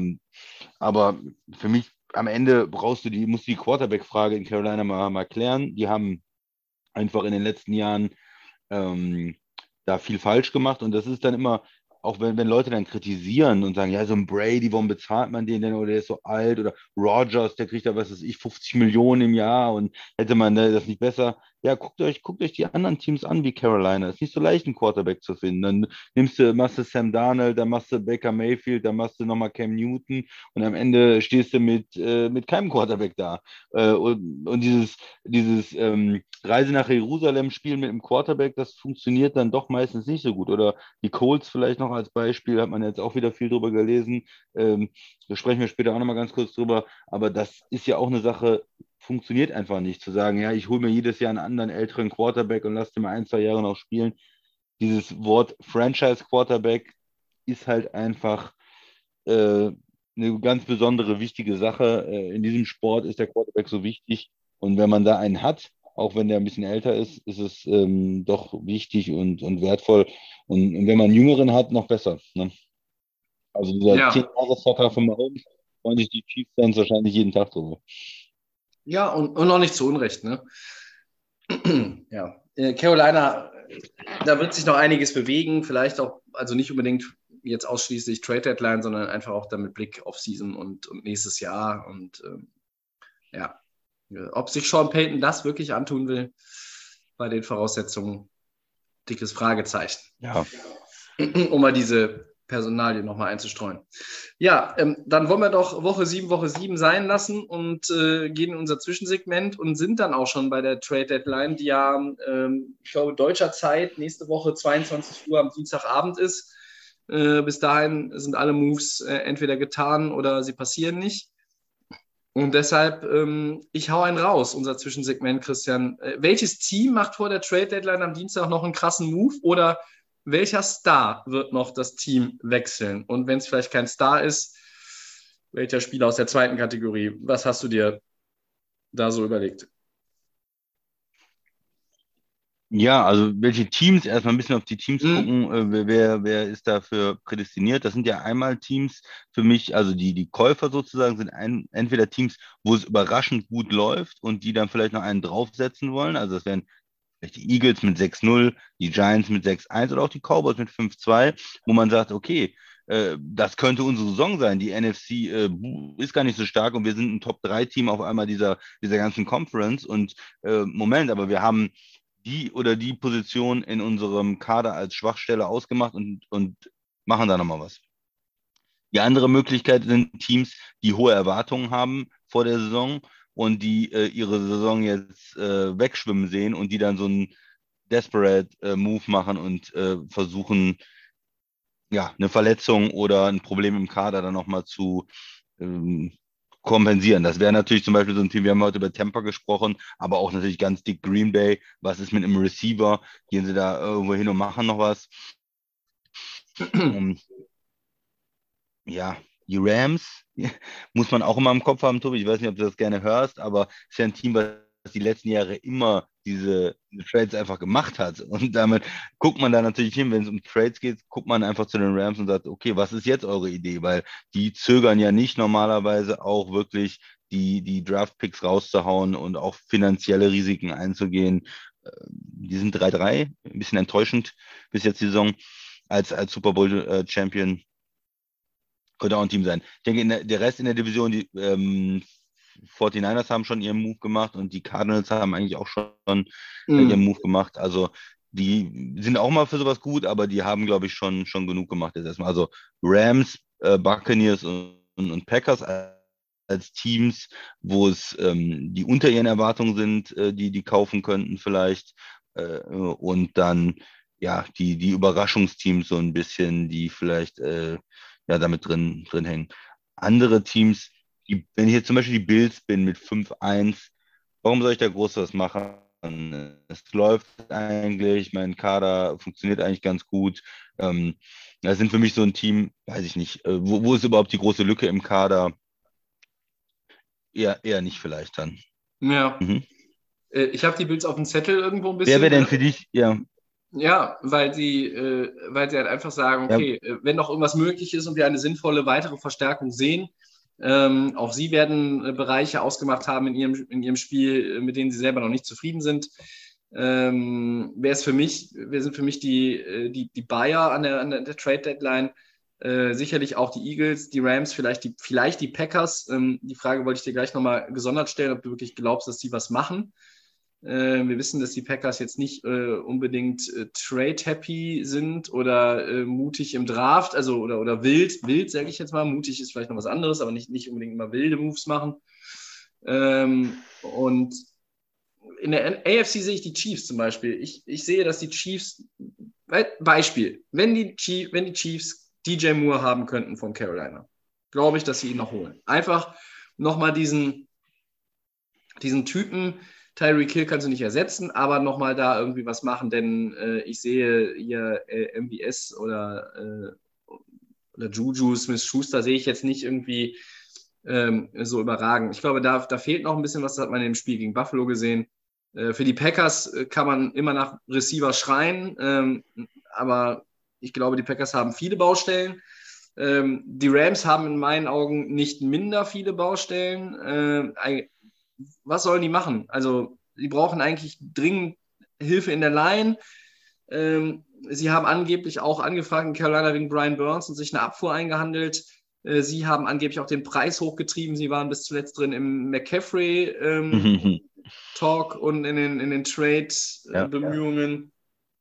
Aber für mich am Ende musst du die Quarterback-Frage in Carolina mal klären. Die haben einfach in den letzten Jahren ähm, da viel falsch gemacht und das ist dann immer, auch wenn Leute dann kritisieren und sagen, ja, so ein Brady, warum bezahlt man den denn oder der ist so alt oder Rodgers, der kriegt da, was weiß ich, 50 Millionen im Jahr und hätte man das nicht besser. Ja, guckt euch die anderen Teams an wie Carolina. Es ist nicht so leicht, einen Quarterback zu finden. Dann machst du Sam Darnold, dann machst du Baker Mayfield, dann machst du nochmal Cam Newton und am Ende stehst du mit keinem Quarterback da. Und dieses Reise nach Jerusalem spielen mit einem Quarterback, das funktioniert dann doch meistens nicht so gut. Oder die Colts vielleicht noch als Beispiel, hat man jetzt auch wieder viel drüber gelesen. Da sprechen wir später auch nochmal ganz kurz drüber. Aber das ist ja auch eine Sache, funktioniert einfach nicht. Zu sagen, ja, ich hole mir jedes Jahr einen anderen älteren Quarterback und lasse den mal 1, 2 Jahre noch spielen. Dieses Wort Franchise Quarterback ist halt einfach eine ganz besondere, wichtige Sache. In diesem Sport ist der Quarterback so wichtig. Und wenn man da einen hat, auch wenn der ein bisschen älter ist, ist es doch wichtig und wertvoll. Und wenn man einen Jüngeren hat, noch besser. Ne? Also dieser Ja. 10-Jahres-Vertrag von Mahomes freuen sich die Chiefs-Fans wahrscheinlich jeden Tag drüber. Ja, und noch nicht zu Unrecht, ne? Ja. Carolina, da wird sich noch einiges bewegen, vielleicht auch, also nicht unbedingt jetzt ausschließlich Trade Deadline, sondern einfach auch dann mit Blick auf Season und nächstes Jahr. Und ja, ob sich Sean Payton das wirklich antun will, bei den Voraussetzungen, dickes Fragezeichen. Ja. Um mal diese Personalien nochmal einzustreuen. Ja, dann wollen wir doch Woche 7 sein lassen und gehen in unser Zwischensegment und sind dann auch schon bei der Trade Deadline, die ja, ich glaube, deutscher Zeit nächste Woche 22 Uhr am Dienstagabend ist. Bis dahin sind alle Moves entweder getan oder sie passieren nicht. Und deshalb, ich hau einen raus, unser Zwischensegment, Christian. Welches Team macht vor der Trade Deadline am Dienstag noch einen krassen Move oder welcher Star wird noch das Team wechseln? Und wenn es vielleicht kein Star ist, welcher Spieler aus der zweiten Kategorie? Was hast du dir da so überlegt? Ja, also welche Teams, erstmal ein bisschen auf die Teams gucken, wer ist dafür prädestiniert. Das sind ja einmal Teams für mich, also die Käufer sozusagen sind entweder Teams, wo es überraschend gut läuft und die dann vielleicht noch einen draufsetzen wollen. Also das wären vielleicht die Eagles mit 6-0, die Giants mit 6-1 oder auch die Cowboys mit 5-2, wo man sagt, okay, das könnte unsere Saison sein. Die NFC ist gar nicht so stark und wir sind ein Top-3-Team auf einmal dieser ganzen Conference. Und Moment, aber wir haben die oder die Position in unserem Kader als Schwachstelle ausgemacht und machen da nochmal was. Die andere Möglichkeit sind Teams, die hohe Erwartungen haben vor der Saison und die ihre Saison jetzt wegschwimmen sehen und die dann so einen Desperate Move machen und versuchen, ja, eine Verletzung oder ein Problem im Kader dann nochmal zu kompensieren. Das wäre natürlich zum Beispiel so ein Team, wir haben heute über Tampa gesprochen, aber auch natürlich ganz dick Green Bay. Was ist mit einem Receiver? Gehen sie da irgendwo hin und machen noch was? Ja, die Rams muss man auch immer im Kopf haben, Tobi. Ich weiß nicht, ob du das gerne hörst, aber es ist ja ein Team, was die letzten Jahre immer diese Trades einfach gemacht hat. Und damit guckt man da natürlich hin, wenn es um Trades geht, guckt man einfach zu den Rams und sagt, okay, was ist jetzt eure Idee? Weil die zögern ja nicht normalerweise auch wirklich die Draft-Picks rauszuhauen und auch finanzielle Risiken einzugehen. Die sind 3-3, ein bisschen enttäuschend bis jetzt die Saison als Super Bowl-Champion. Könnte auch ein Team sein. Ich denke, der Rest in der Division, die 49ers haben schon ihren Move gemacht und die Cardinals haben eigentlich auch schon ihren Move gemacht. Also die sind auch mal für sowas gut, aber die haben, glaube ich, schon genug gemacht jetzt erstmal. Also Rams, Buccaneers und Packers als Teams, wo es die unter ihren Erwartungen sind, die kaufen könnten vielleicht. Und dann ja die Überraschungsteams so ein bisschen, die vielleicht ja damit drin hängen. Andere Teams, wenn ich jetzt zum Beispiel die Bills bin mit 5-1, warum soll ich da groß was machen? Es läuft eigentlich, mein Kader funktioniert eigentlich ganz gut. Das sind für mich so ein Team, weiß ich nicht, wo ist überhaupt die große Lücke im Kader? Eher nicht vielleicht dann. Ja. Ich habe die Bills auf dem Zettel irgendwo ein bisschen. Wer wäre denn für dich, ja. Ja, weil sie halt einfach sagen, okay, wenn noch irgendwas möglich ist und wir eine sinnvolle weitere Verstärkung sehen, auch sie werden Bereiche ausgemacht haben in ihrem Spiel, mit denen sie selber noch nicht zufrieden sind. Wer sind für mich die Buyer an der Trade Deadline? Sicherlich auch die Eagles, die Rams, vielleicht die Packers. Die Frage wollte ich dir gleich nochmal gesondert stellen, ob du wirklich glaubst, dass die was machen. Wir wissen, dass die Packers jetzt nicht unbedingt trade-happy sind oder mutig im Draft, also oder wild, sage ich jetzt mal. Mutig ist vielleicht noch was anderes, aber nicht unbedingt immer wilde Moves machen. Und in der AFC sehe ich die Chiefs zum Beispiel. Ich sehe, dass die Chiefs, Beispiel, wenn die Chiefs DJ Moore haben könnten von Carolina, glaube ich, dass sie ihn noch holen. Einfach nochmal diesen Typen. Tyreek Hill kannst du nicht ersetzen, aber nochmal da irgendwie was machen, denn ich sehe hier MVS oder Juju Smith-Schuster sehe ich jetzt nicht irgendwie so überragend. Ich glaube, da fehlt noch ein bisschen was, das hat man im Spiel gegen Buffalo gesehen. Für die Packers kann man immer nach Receiver schreien, aber ich glaube, die Packers haben viele Baustellen. Die Rams haben in meinen Augen nicht minder viele Baustellen. Was sollen die machen? Also, sie brauchen eigentlich dringend Hilfe in der Line. Sie haben angeblich auch angefragt in Carolina wegen Brian Burns und sich eine Abfuhr eingehandelt. Sie haben angeblich auch den Preis hochgetrieben. Sie waren bis zuletzt drin im McCaffrey-Talk und in den Trade-Bemühungen.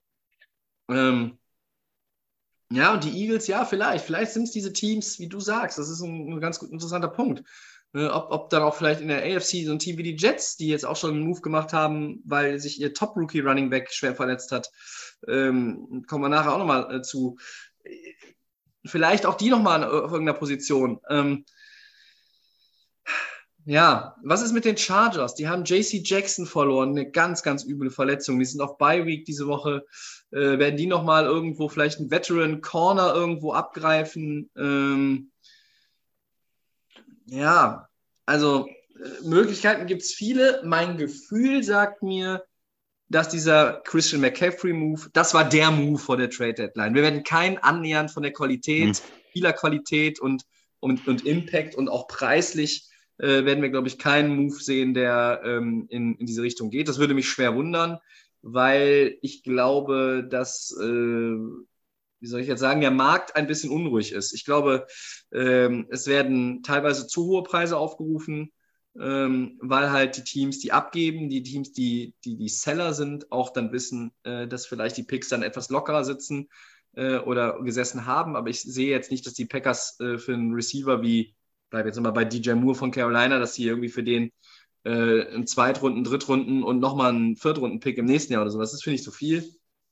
Ja, und die Eagles, ja, vielleicht sind es diese Teams, wie du sagst. Das ist ein ganz gut interessanter Punkt. Ob dann auch vielleicht in der AFC so ein Team wie die Jets, die jetzt auch schon einen Move gemacht haben, weil sich ihr Top-Rookie-Running-Back schwer verletzt hat, kommen wir nachher auch nochmal zu. Vielleicht auch die nochmal auf irgendeiner Position. Ja, was ist mit den Chargers? Die haben JC Jackson verloren, eine ganz, ganz üble Verletzung. Die sind auf Bye-Week diese Woche. Werden die nochmal irgendwo vielleicht einen Veteran-Corner irgendwo abgreifen? Ja, also Möglichkeiten gibt es viele. Mein Gefühl sagt mir, dass dieser Christian McCaffrey-Move, das war der Move vor der Trade-Deadline. Wir werden keinen annähernd von der Qualität, Spielerqualität und Impact und auch preislich werden wir, glaube ich, keinen Move sehen, der in diese Richtung geht. Das würde mich schwer wundern, weil ich glaube, dass, wie soll ich jetzt sagen, der Markt ein bisschen unruhig ist. Ich glaube, es werden teilweise zu hohe Preise aufgerufen, weil halt die Teams, die abgeben, die Teams, die Seller sind, auch dann wissen, dass vielleicht die Picks dann etwas lockerer sitzen oder gesessen haben. Aber ich sehe jetzt nicht, dass die Packers für einen Receiver wie, bleib jetzt mal bei DJ Moore von Carolina, dass sie irgendwie für den einen Zweitrunden-, Drittrunden- und nochmal einen Viertrunden-Pick im nächsten Jahr oder sowas. Das finde ich zu viel.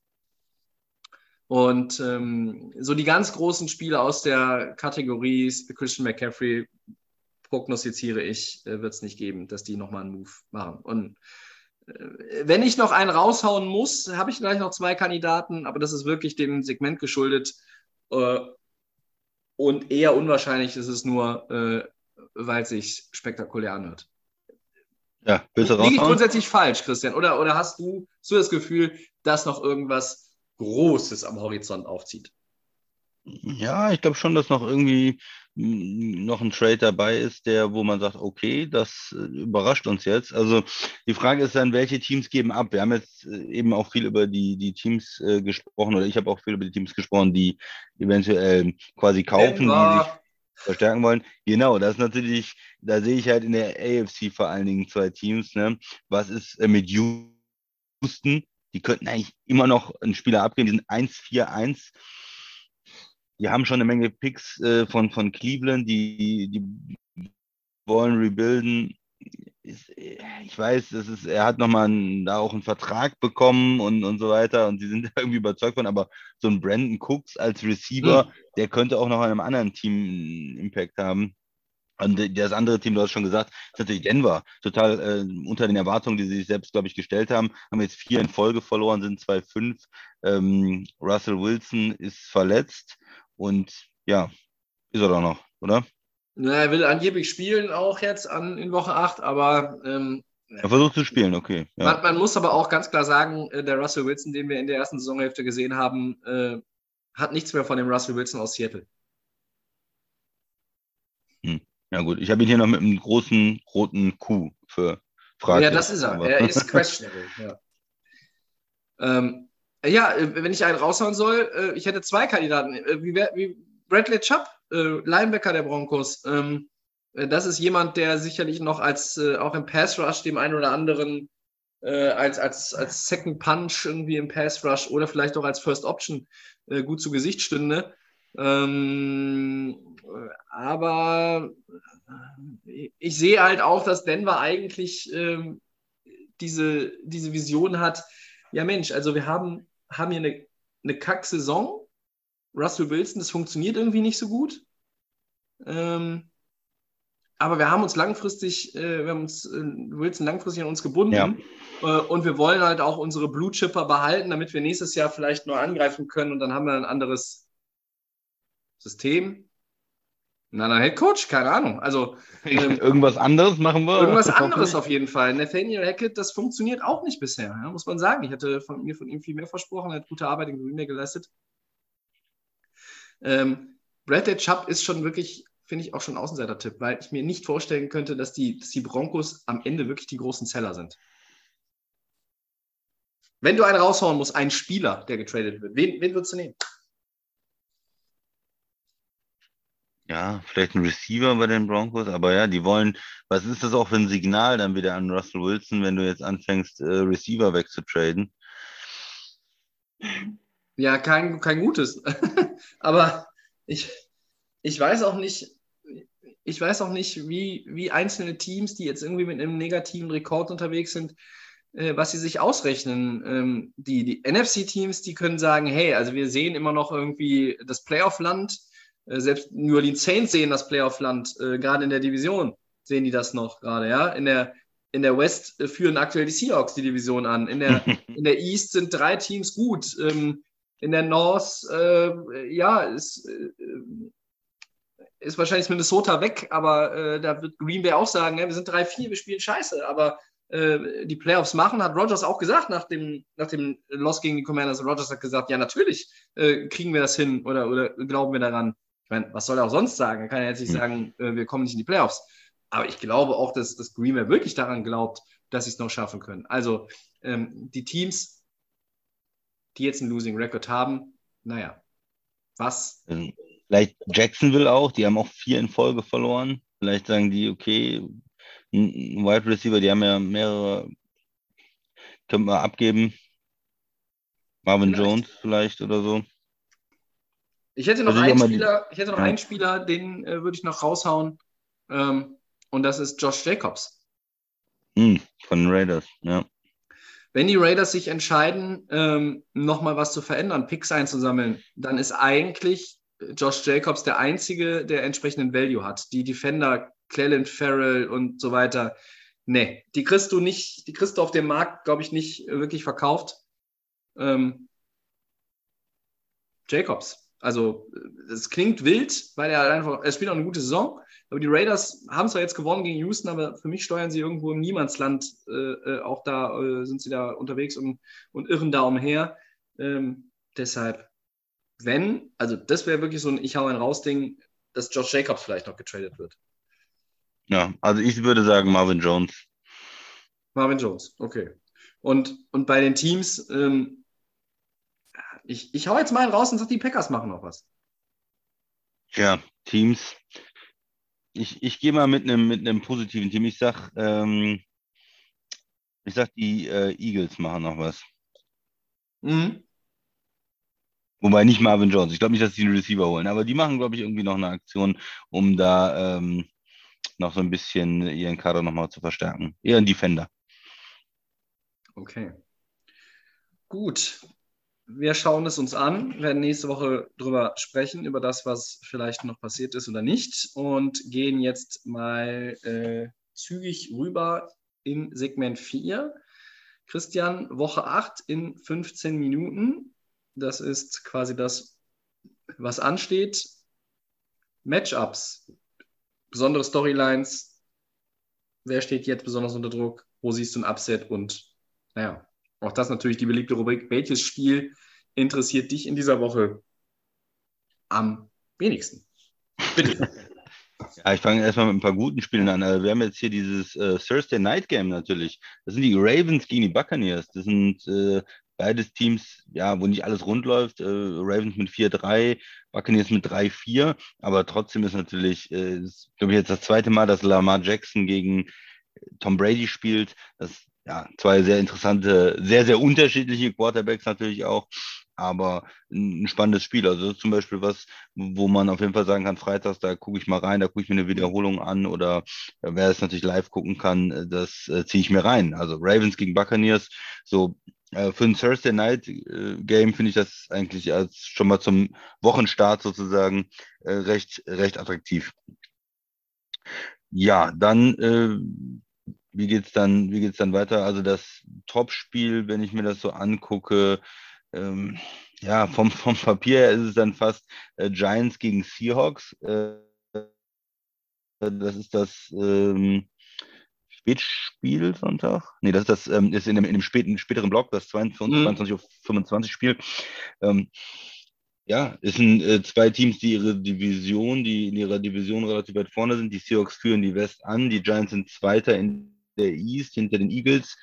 Und so die ganz großen Spiele aus der Kategorie Christian McCaffrey prognostiziere ich, wird es nicht geben, dass die nochmal einen Move machen. Und wenn ich noch einen raushauen muss, habe ich gleich noch zwei Kandidaten, aber das ist wirklich dem Segment geschuldet. Und eher unwahrscheinlich ist es nur, weil es sich spektakulär anhört. Ja, willst du Liege ich raushauen? grundsätzlich falsch, Christian? Oder hast du das Gefühl, dass noch irgendwas Großes am Horizont aufzieht? Ja, ich glaube schon, dass noch irgendwie noch ein Trade dabei ist, wo man sagt, okay, das überrascht uns jetzt. Also die Frage ist dann, welche Teams geben ab? Wir haben jetzt eben auch viel über die Teams gesprochen, oder ich habe auch viel über die Teams gesprochen, die eventuell quasi kaufen, die sich Denver. verstärken wollen. Genau, das ist natürlich, da sehe ich halt in der AFC vor allen Dingen zwei Teams. Ne? Was ist mit Houston? Die könnten eigentlich immer noch einen Spieler abgeben, die sind 1-4-1. Die haben schon eine Menge Picks von Cleveland, die wollen rebuilden. Ich weiß, er hat nochmal da auch einen Vertrag bekommen und so weiter und sie sind irgendwie überzeugt von, aber so ein Brandon Cooks als Receiver, der könnte auch noch an einem anderen Team einen Impact haben. Und das andere Team, du hast schon gesagt, ist natürlich Denver. Total unter den Erwartungen, die sie sich selbst, glaube ich, gestellt haben. Haben jetzt 4 in Folge verloren, sind 2-5. Russell Wilson ist verletzt und ja, ist er doch noch, oder? Na, er will angeblich spielen auch jetzt in Woche 8, aber Er versucht zu spielen, okay. Ja. man muss aber auch ganz klar sagen, der Russell Wilson, den wir in der ersten Saisonhälfte gesehen haben, hat nichts mehr von dem Russell Wilson aus Seattle. Ja gut, ich habe ihn hier noch mit einem großen roten Q für fraglich. Ja, das ist er. Er ist questionable. Ja. Wenn ich einen raushauen soll, ich hätte 2 Kandidaten. Wie Bradley Chubb, Linebacker der Broncos. Das ist jemand, der sicherlich noch als auch im Pass Rush dem einen oder anderen als Second Punch irgendwie im Pass Rush oder vielleicht auch als First Option gut zu Gesicht stünde. Aber ich sehe halt auch, dass Denver eigentlich diese Vision hat. Ja, Mensch, also wir haben hier eine Kack-Saison. Russell Wilson, das funktioniert irgendwie nicht so gut. Aber wir haben uns Wilson langfristig an uns gebunden. Ja. Und wir wollen halt auch unsere Blue Chipper behalten, damit wir nächstes Jahr vielleicht neu angreifen können und dann haben wir ein anderes System. Ein anderer Headcoach? Keine Ahnung. Also irgendwas anderes machen wir. Irgendwas anderes auf jeden Fall. Nathaniel Hackett, das funktioniert auch nicht bisher, ja, muss man sagen. Ich hatte von ihm viel mehr versprochen, er hat gute Arbeit in Green Bay geleistet. Bradley Chubb ist schon wirklich, finde ich, auch schon ein Außenseiter-Tipp, weil ich mir nicht vorstellen könnte, dass die Broncos am Ende wirklich die großen Seller sind. Wenn du einen raushauen musst, einen Spieler, der getradet wird, wen würdest du nehmen? Ja, vielleicht ein Receiver bei den Broncos, aber ja, die wollen, was ist das auch für ein Signal dann wieder an Russell Wilson, wenn du jetzt anfängst, Receiver wegzutraden? Ja, kein gutes. Aber ich weiß auch nicht, wie einzelne Teams, die jetzt irgendwie mit einem negativen Rekord unterwegs sind, was sie sich ausrechnen. Die NFC-Teams, die können sagen, hey, also wir sehen immer noch irgendwie das Playoff-Land. Selbst New Orleans Saints sehen das Playoff-Land, gerade in der Division sehen die das noch gerade, ja. In der West führen aktuell die Seahawks die Division an. In der East sind 3 Teams gut. In der North, ist wahrscheinlich Minnesota weg, aber da wird Green Bay auch sagen, wir sind 3-4, wir spielen scheiße, aber die Playoffs machen, hat Rodgers auch gesagt nach dem Loss gegen die Commanders. Rodgers hat gesagt, ja, natürlich kriegen wir das hin oder glauben wir daran. Ich meine, was soll er auch sonst sagen? Er kann ja jetzt nicht sagen, wir kommen nicht in die Playoffs. Aber ich glaube auch, dass Green Bay wirklich daran glaubt, dass sie es noch schaffen können. Also die Teams, die jetzt einen Losing Record haben, naja, was? Vielleicht Jacksonville auch, die haben auch 4 in Folge verloren. Vielleicht sagen die, okay, ein Wide Receiver, die haben ja mehrere, können wir abgeben. Marvin Jones vielleicht oder so. Ich hätte noch einen Spieler, den würde ich noch raushauen. Und das ist Josh Jacobs. Von den Raiders, ja. Wenn die Raiders sich entscheiden, nochmal was zu verändern, Picks einzusammeln, dann ist eigentlich Josh Jacobs der Einzige, der entsprechenden Value hat. Die Defender, Clelin Ferrell und so weiter, nee, die kriegst du auf dem Markt, glaube ich, nicht wirklich verkauft. Jacobs. Also, es klingt wild, weil er spielt auch eine gute Saison. Aber die Raiders haben zwar jetzt gewonnen gegen Houston, aber für mich steuern sie irgendwo im Niemandsland. Auch da sind sie da unterwegs und irren da umher. Deshalb, also das wäre wirklich so ein Ich hau einen raus-Ding, dass Josh Jacobs vielleicht noch getradet wird. Ja, also ich würde sagen Marvin Jones. Marvin Jones, okay. Und bei den Teams, ich hau jetzt mal einen raus und sage, die Packers machen noch was. Ja, Teams. Ich gehe mal mit einem positiven Team. Ich sag, die Eagles machen noch was. Mhm. Wobei nicht Marvin Jones. Ich glaube nicht, dass sie einen Receiver holen, aber die machen, glaube ich, irgendwie noch eine Aktion, um da noch so ein bisschen ihren Kader nochmal zu verstärken. Eher ein Defender. Okay. Gut. Wir schauen es uns an, werden nächste Woche drüber sprechen, über das, was vielleicht noch passiert ist oder nicht, und gehen jetzt mal zügig rüber in Segment 4. Christian, Woche 8 in 15 Minuten. Das ist quasi das, was ansteht. Matchups, besondere Storylines. Wer steht jetzt besonders unter Druck? Wo siehst du ein Upset? Und naja, auch das natürlich die beliebte Rubrik. Welches Spiel interessiert dich in dieser Woche am wenigsten? Bitte. Ja, ich fange erstmal mit ein paar guten Spielen an. Wir haben jetzt hier dieses Thursday Night Game natürlich. Das sind die Ravens gegen die Buccaneers. Das sind beides Teams, ja, wo nicht alles rund läuft. Ravens mit 4-3, Buccaneers mit 3-4. Aber trotzdem ist natürlich, ist, glaube ich, jetzt das zweite Mal, dass Lamar Jackson gegen Tom Brady spielt. Das ja zwei sehr interessante, sehr, sehr unterschiedliche Quarterbacks natürlich auch, aber ein spannendes Spiel. Also das ist zum Beispiel was, wo man auf jeden Fall sagen kann, freitags, da gucke ich mal rein, da gucke ich mir eine Wiederholung an oder wer es natürlich live gucken kann, das ziehe ich mir rein. Also Ravens gegen Buccaneers, so für ein Thursday Night Game finde ich das eigentlich als schon mal zum Wochenstart sozusagen recht attraktiv. Ja, dann wie geht's dann weiter? Also das Topspiel, wenn ich mir das so angucke, ähm, ja, vom Papier her ist es dann fast Giants gegen Seahawks. Das ist das Spätspiel Sonntag. Nee, das ist ist in dem späteren Block, das Mhm. 22:25 Uhr 25 Spiel. Ähm, ja, es sind zwei Teams, die in ihrer Division relativ weit vorne sind. Die Seahawks führen die West an, die Giants sind Zweiter in der East hinter den Eagles.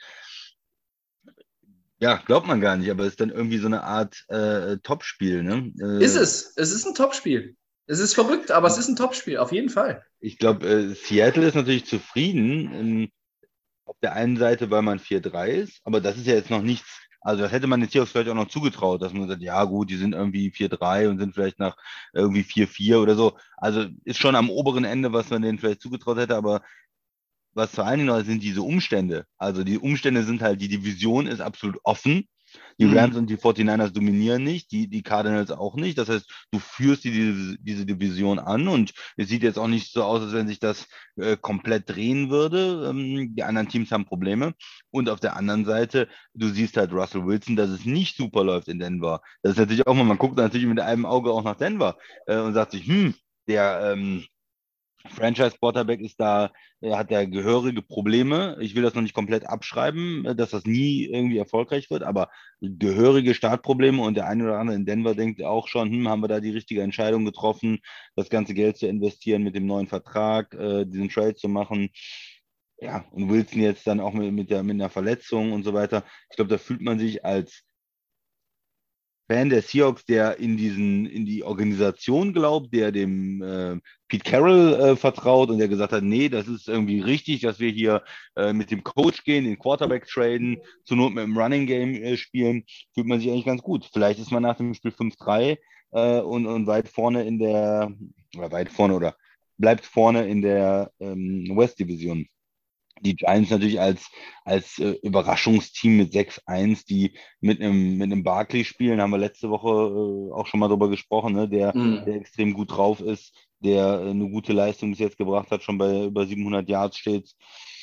Ja, glaubt man gar nicht, aber es ist dann irgendwie so eine Art Topspiel, ne? Ist es. Es ist ein Topspiel. Es ist verrückt, aber es ist ein Topspiel, auf jeden Fall. Ich glaube, Seattle ist natürlich zufrieden. Auf der einen Seite, weil man 4-3 ist, aber das ist ja jetzt noch nichts. Also das hätte man den Seahawks vielleicht auch noch zugetraut, dass man sagt, ja gut, die sind irgendwie 4-3 und sind vielleicht nach irgendwie 4-4 oder so. Also ist schon am oberen Ende, was man denen vielleicht zugetraut hätte, aber was vor allen Dingen noch ist, sind diese Umstände. Also die Umstände sind halt, die Division ist absolut offen. Die Rams Mhm. und die 49ers dominieren nicht, die Cardinals auch nicht. Das heißt, du führst diese Division an und es sieht jetzt auch nicht so aus, als wenn sich das komplett drehen würde. Die anderen Teams haben Probleme. Und auf der anderen Seite, du siehst halt Russell Wilson, dass es nicht super läuft in Denver. Das ist natürlich auch mal, man guckt natürlich mit einem Auge auch nach Denver und sagt sich, der Franchise-Quarterback ist da, hat da gehörige Probleme. Ich will das noch nicht komplett abschreiben, dass das nie irgendwie erfolgreich wird, aber gehörige Startprobleme und der eine oder andere in Denver denkt auch schon, haben wir da die richtige Entscheidung getroffen, das ganze Geld zu investieren mit dem neuen Vertrag, diesen Trade zu machen. Ja, und Wilson jetzt dann auch mit einer Verletzung und so weiter. Ich glaube, da fühlt man sich als Fan der Seahawks, der in die Organisation glaubt, der dem Pete Carroll vertraut und der gesagt hat, nee, das ist irgendwie richtig, dass wir hier mit dem Coach gehen, den Quarterback traden, zur Not mit dem Running Game spielen, fühlt man sich eigentlich ganz gut. Vielleicht ist man nach dem Spiel 5-3 und weit vorne oder weit vorne oder bleibt vorne in der West Division. Die Giants natürlich als Überraschungsteam mit 6-1, die mit einem Barkley spielen, haben wir letzte Woche auch schon mal drüber gesprochen, ne? Der Mhm. extrem gut drauf ist, der eine gute Leistung bis jetzt gebracht hat, schon bei über 700 Yards steht.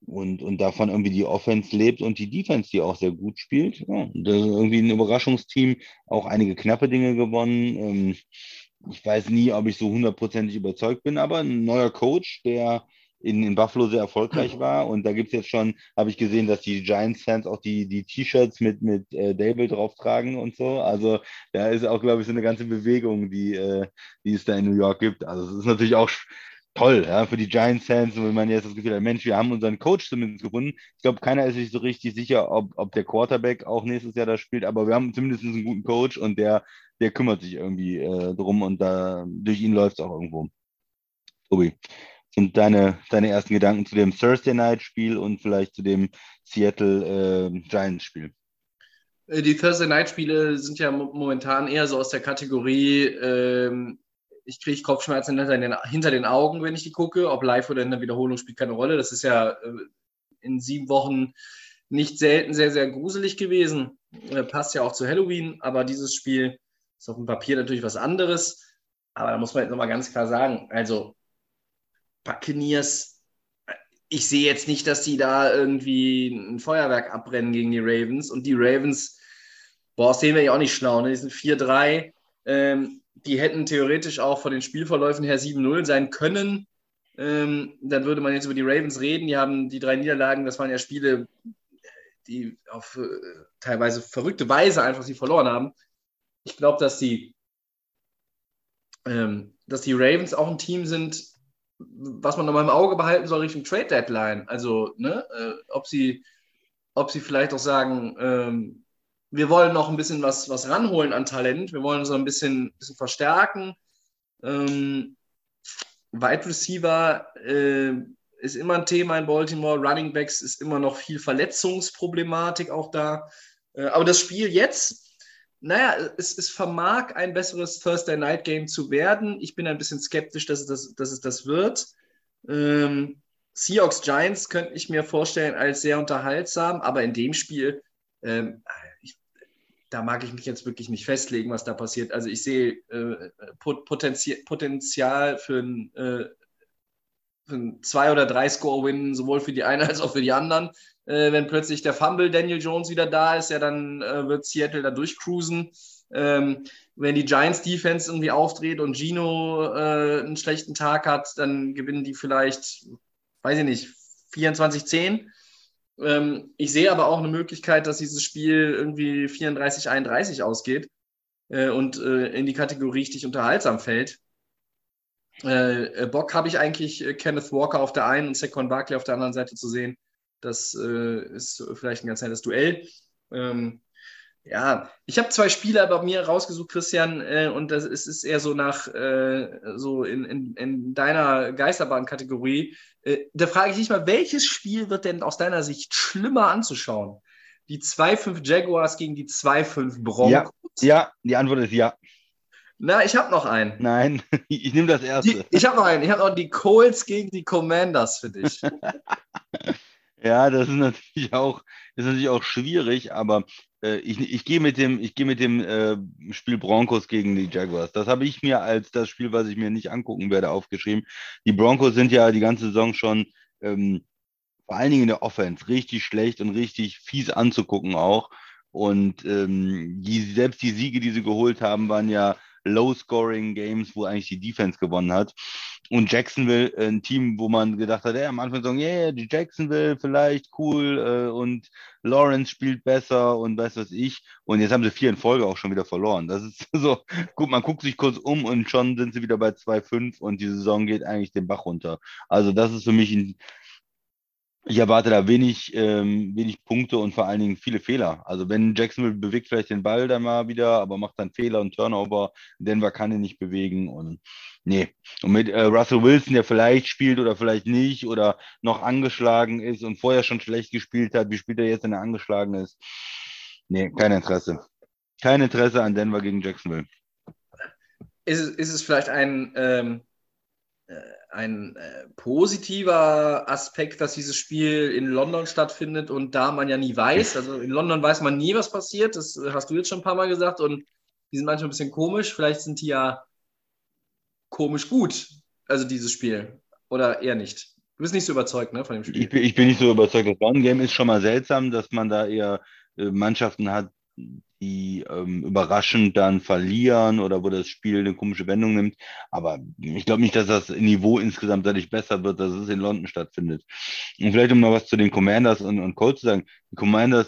und davon irgendwie die Offense lebt und die Defense, die auch sehr gut spielt. Ja, das ist irgendwie ein Überraschungsteam, auch einige knappe Dinge gewonnen. Ich weiß nie, ob ich so hundertprozentig überzeugt bin, aber ein neuer Coach, der in Buffalo sehr erfolgreich war. Und da gibt es jetzt schon, habe ich gesehen, dass die Giants-Fans auch die T-Shirts mit Dable drauf tragen und so. Also da ist auch, glaube ich, so eine ganze Bewegung, die es da in New York gibt. Also es ist natürlich auch toll, ja, für die Giants-Fans, wenn man jetzt das Gefühl hat, Mensch, wir haben unseren Coach zumindest gefunden. Ich glaube, keiner ist sich so richtig sicher, ob der Quarterback auch nächstes Jahr da spielt, aber wir haben zumindest einen guten Coach und der kümmert sich irgendwie drum und durch ihn läuft es auch irgendwo. Tobi, sind deine ersten Gedanken zu dem Thursday Night Spiel und vielleicht zu dem Seattle Giants Spiel? Die Thursday Night Spiele sind ja momentan eher so aus der Kategorie, ich kriege Kopfschmerzen hinter den Augen, wenn ich die gucke. Ob live oder in der Wiederholung spielt keine Rolle. Das ist ja in 7 Wochen nicht selten sehr, sehr gruselig gewesen. Passt ja auch zu Halloween, aber dieses Spiel ist auf dem Papier natürlich was anderes. Aber da muss man jetzt nochmal ganz klar sagen, also Buccaneers, ich sehe jetzt nicht, dass die da irgendwie ein Feuerwerk abbrennen gegen die Ravens. Und die Ravens, das sehen wir ja auch nicht schlau, ne? Die sind 4-3. Die hätten theoretisch auch von den Spielverläufen her 7-0 sein können. Dann würde man jetzt über die Ravens reden. Die haben die 3 Niederlagen, das waren ja Spiele, die auf teilweise verrückte Weise einfach sie verloren haben. Ich glaube, dass die Ravens auch ein Team sind, was man nochmal im Auge behalten soll Richtung Trade Deadline. Also, ne, ob sie vielleicht auch sagen, wir wollen noch ein bisschen was ranholen an Talent, wir wollen so ein bisschen verstärken. Wide Receiver ist immer ein Thema in Baltimore, Running Backs ist immer noch viel Verletzungsproblematik auch da. Aber das Spiel jetzt, naja, es vermag ein besseres Thursday Night Game zu werden. Ich bin ein bisschen skeptisch, dass es das wird. Seahawks Giants könnte ich mir vorstellen als sehr unterhaltsam, aber in dem Spiel, da mag ich mich jetzt wirklich nicht festlegen, was da passiert. Also ich sehe Potenzial für ein 2 oder 3 Score-Win, sowohl für die eine als auch für die anderen. Wenn plötzlich der Fumble Daniel Jones wieder da ist, ja, dann wird Seattle da durchcruisen. Wenn die Giants-Defense irgendwie aufdreht und Gino einen schlechten Tag hat, dann gewinnen die vielleicht, weiß ich nicht, 24-10. Ich sehe aber auch eine Möglichkeit, dass dieses Spiel irgendwie 34-31 ausgeht und in die Kategorie richtig unterhaltsam fällt. Bock habe ich eigentlich, Kenneth Walker auf der einen und Saquon Barkley auf der anderen Seite zu sehen. Das ist vielleicht ein ganz nettes Duell. Ja, ich habe 2 Spieler bei mir rausgesucht, Christian, und das ist eher so nach so in deiner Geisterbahn-Kategorie. Da frage ich dich mal, welches Spiel wird denn aus deiner Sicht schlimmer anzuschauen? Die 2-5 Jaguars gegen die 2-5 Broncos? Ja, die Antwort ist ja. Na, ich habe noch einen. Nein, ich nehme das erste. Ich habe noch einen. Ich habe noch die Colts gegen die Commanders für dich. Ja, das ist natürlich auch schwierig, aber ich gehe mit dem Spiel Broncos gegen die Jaguars. Das habe ich mir als das Spiel, was ich mir nicht angucken werde, aufgeschrieben. Die Broncos sind ja die ganze Saison schon vor allen Dingen in der Offense richtig schlecht und richtig fies anzugucken auch. Und selbst die Siege, die sie geholt haben, waren ja Low-Scoring-Games, wo eigentlich die Defense gewonnen hat. Und Jacksonville, ein Team, wo man gedacht hat, am Anfang sagen, yeah, die Jacksonville vielleicht cool und Lawrence spielt besser und weiß was ich. Und jetzt haben sie 4 in Folge auch schon wieder verloren. Das ist so, gut, man guckt sich kurz um und schon sind sie wieder bei 2-5 und die Saison geht eigentlich den Bach runter. Also das ist für mich ich erwarte da wenig Punkte und vor allen Dingen viele Fehler. Also wenn Jacksonville bewegt vielleicht den Ball dann mal wieder, aber macht dann Fehler und Turnover. Denver kann ihn nicht bewegen und nee. Und mit Russell Wilson, der vielleicht spielt oder vielleicht nicht oder noch angeschlagen ist und vorher schon schlecht gespielt hat, wie spielt er jetzt, wenn er angeschlagen ist? Nee, kein Interesse. Kein Interesse an Denver gegen Jacksonville. Ist es vielleicht ein positiver Aspekt, dass dieses Spiel in London stattfindet und da man ja nie weiß, also in London weiß man nie, was passiert, das hast du jetzt schon ein paar Mal gesagt und die sind manchmal ein bisschen komisch, vielleicht sind die ja komisch gut, also dieses Spiel, oder eher nicht? Du bist nicht so überzeugt, ne, von dem Spiel. Ich bin nicht so überzeugt. Das Run-Game ist schon mal seltsam, dass man da eher Mannschaften hat, die überraschend dann verlieren oder wo das Spiel eine komische Wendung nimmt. Aber ich glaube nicht, dass das Niveau insgesamt dadurch besser wird, dass es in London stattfindet. Und vielleicht um noch was zu den Commanders und Colts zu sagen. Die Commanders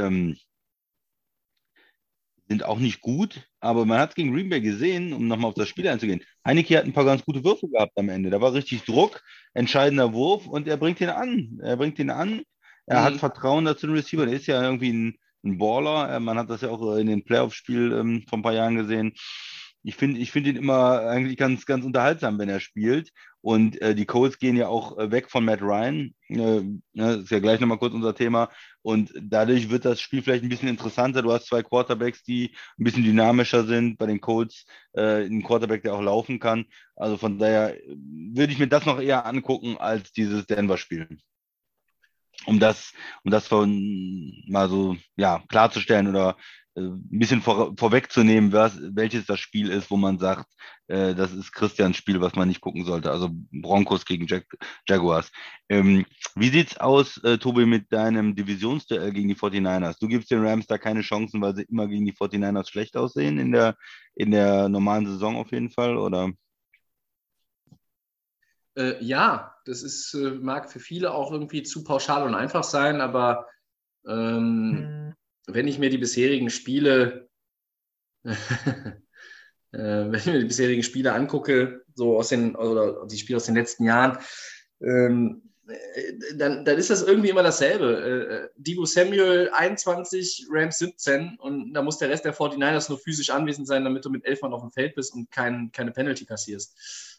sind auch nicht gut, aber man hat es gegen Green Bay gesehen, um nochmal auf das Spiel einzugehen. Heinicke hat ein paar ganz gute Würfe gehabt am Ende. Da war richtig Druck, entscheidender Wurf und er bringt ihn an. Er bringt ihn an. Er hat Vertrauen dazu, den Receiver. Der ist ja irgendwie ein Baller. Man hat das ja auch in dem Playoff-Spiel vor ein paar Jahren gesehen. Ich finde ihn immer eigentlich ganz, ganz unterhaltsam, wenn er spielt. Und die Colts gehen ja auch weg von Matt Ryan. Das ist ja gleich nochmal kurz unser Thema. Und dadurch wird das Spiel vielleicht ein bisschen interessanter. Du hast zwei Quarterbacks, die ein bisschen dynamischer sind. Bei den Colts ein Quarterback, der auch laufen kann. Also von daher würde ich mir das noch eher angucken als dieses Denver-Spiel. Um das mal so ja, klarzustellen oder ein bisschen vorwegzunehmen, welches das Spiel ist, wo man sagt, das ist Christians Spiel, was man nicht gucken sollte. Also Broncos gegen Jaguars. Wie sieht's aus, Tobi, mit deinem Divisionsduell gegen die 49ers? Du gibst den Rams da keine Chancen, weil sie immer gegen die 49ers schlecht aussehen in der normalen Saison auf jeden Fall, oder? Ja, das ist, mag für viele auch irgendwie zu pauschal und einfach sein, aber wenn ich mir die bisherigen Spiele wenn ich mir die bisherigen Spiele angucke, so oder die Spiele aus den letzten Jahren, dann ist das irgendwie immer dasselbe. Deebo Samuel 21, Rams 17 und da muss der Rest der 49ers nur physisch anwesend sein, damit du mit 11 Mann auf dem Feld bist und keine Penalty kassierst.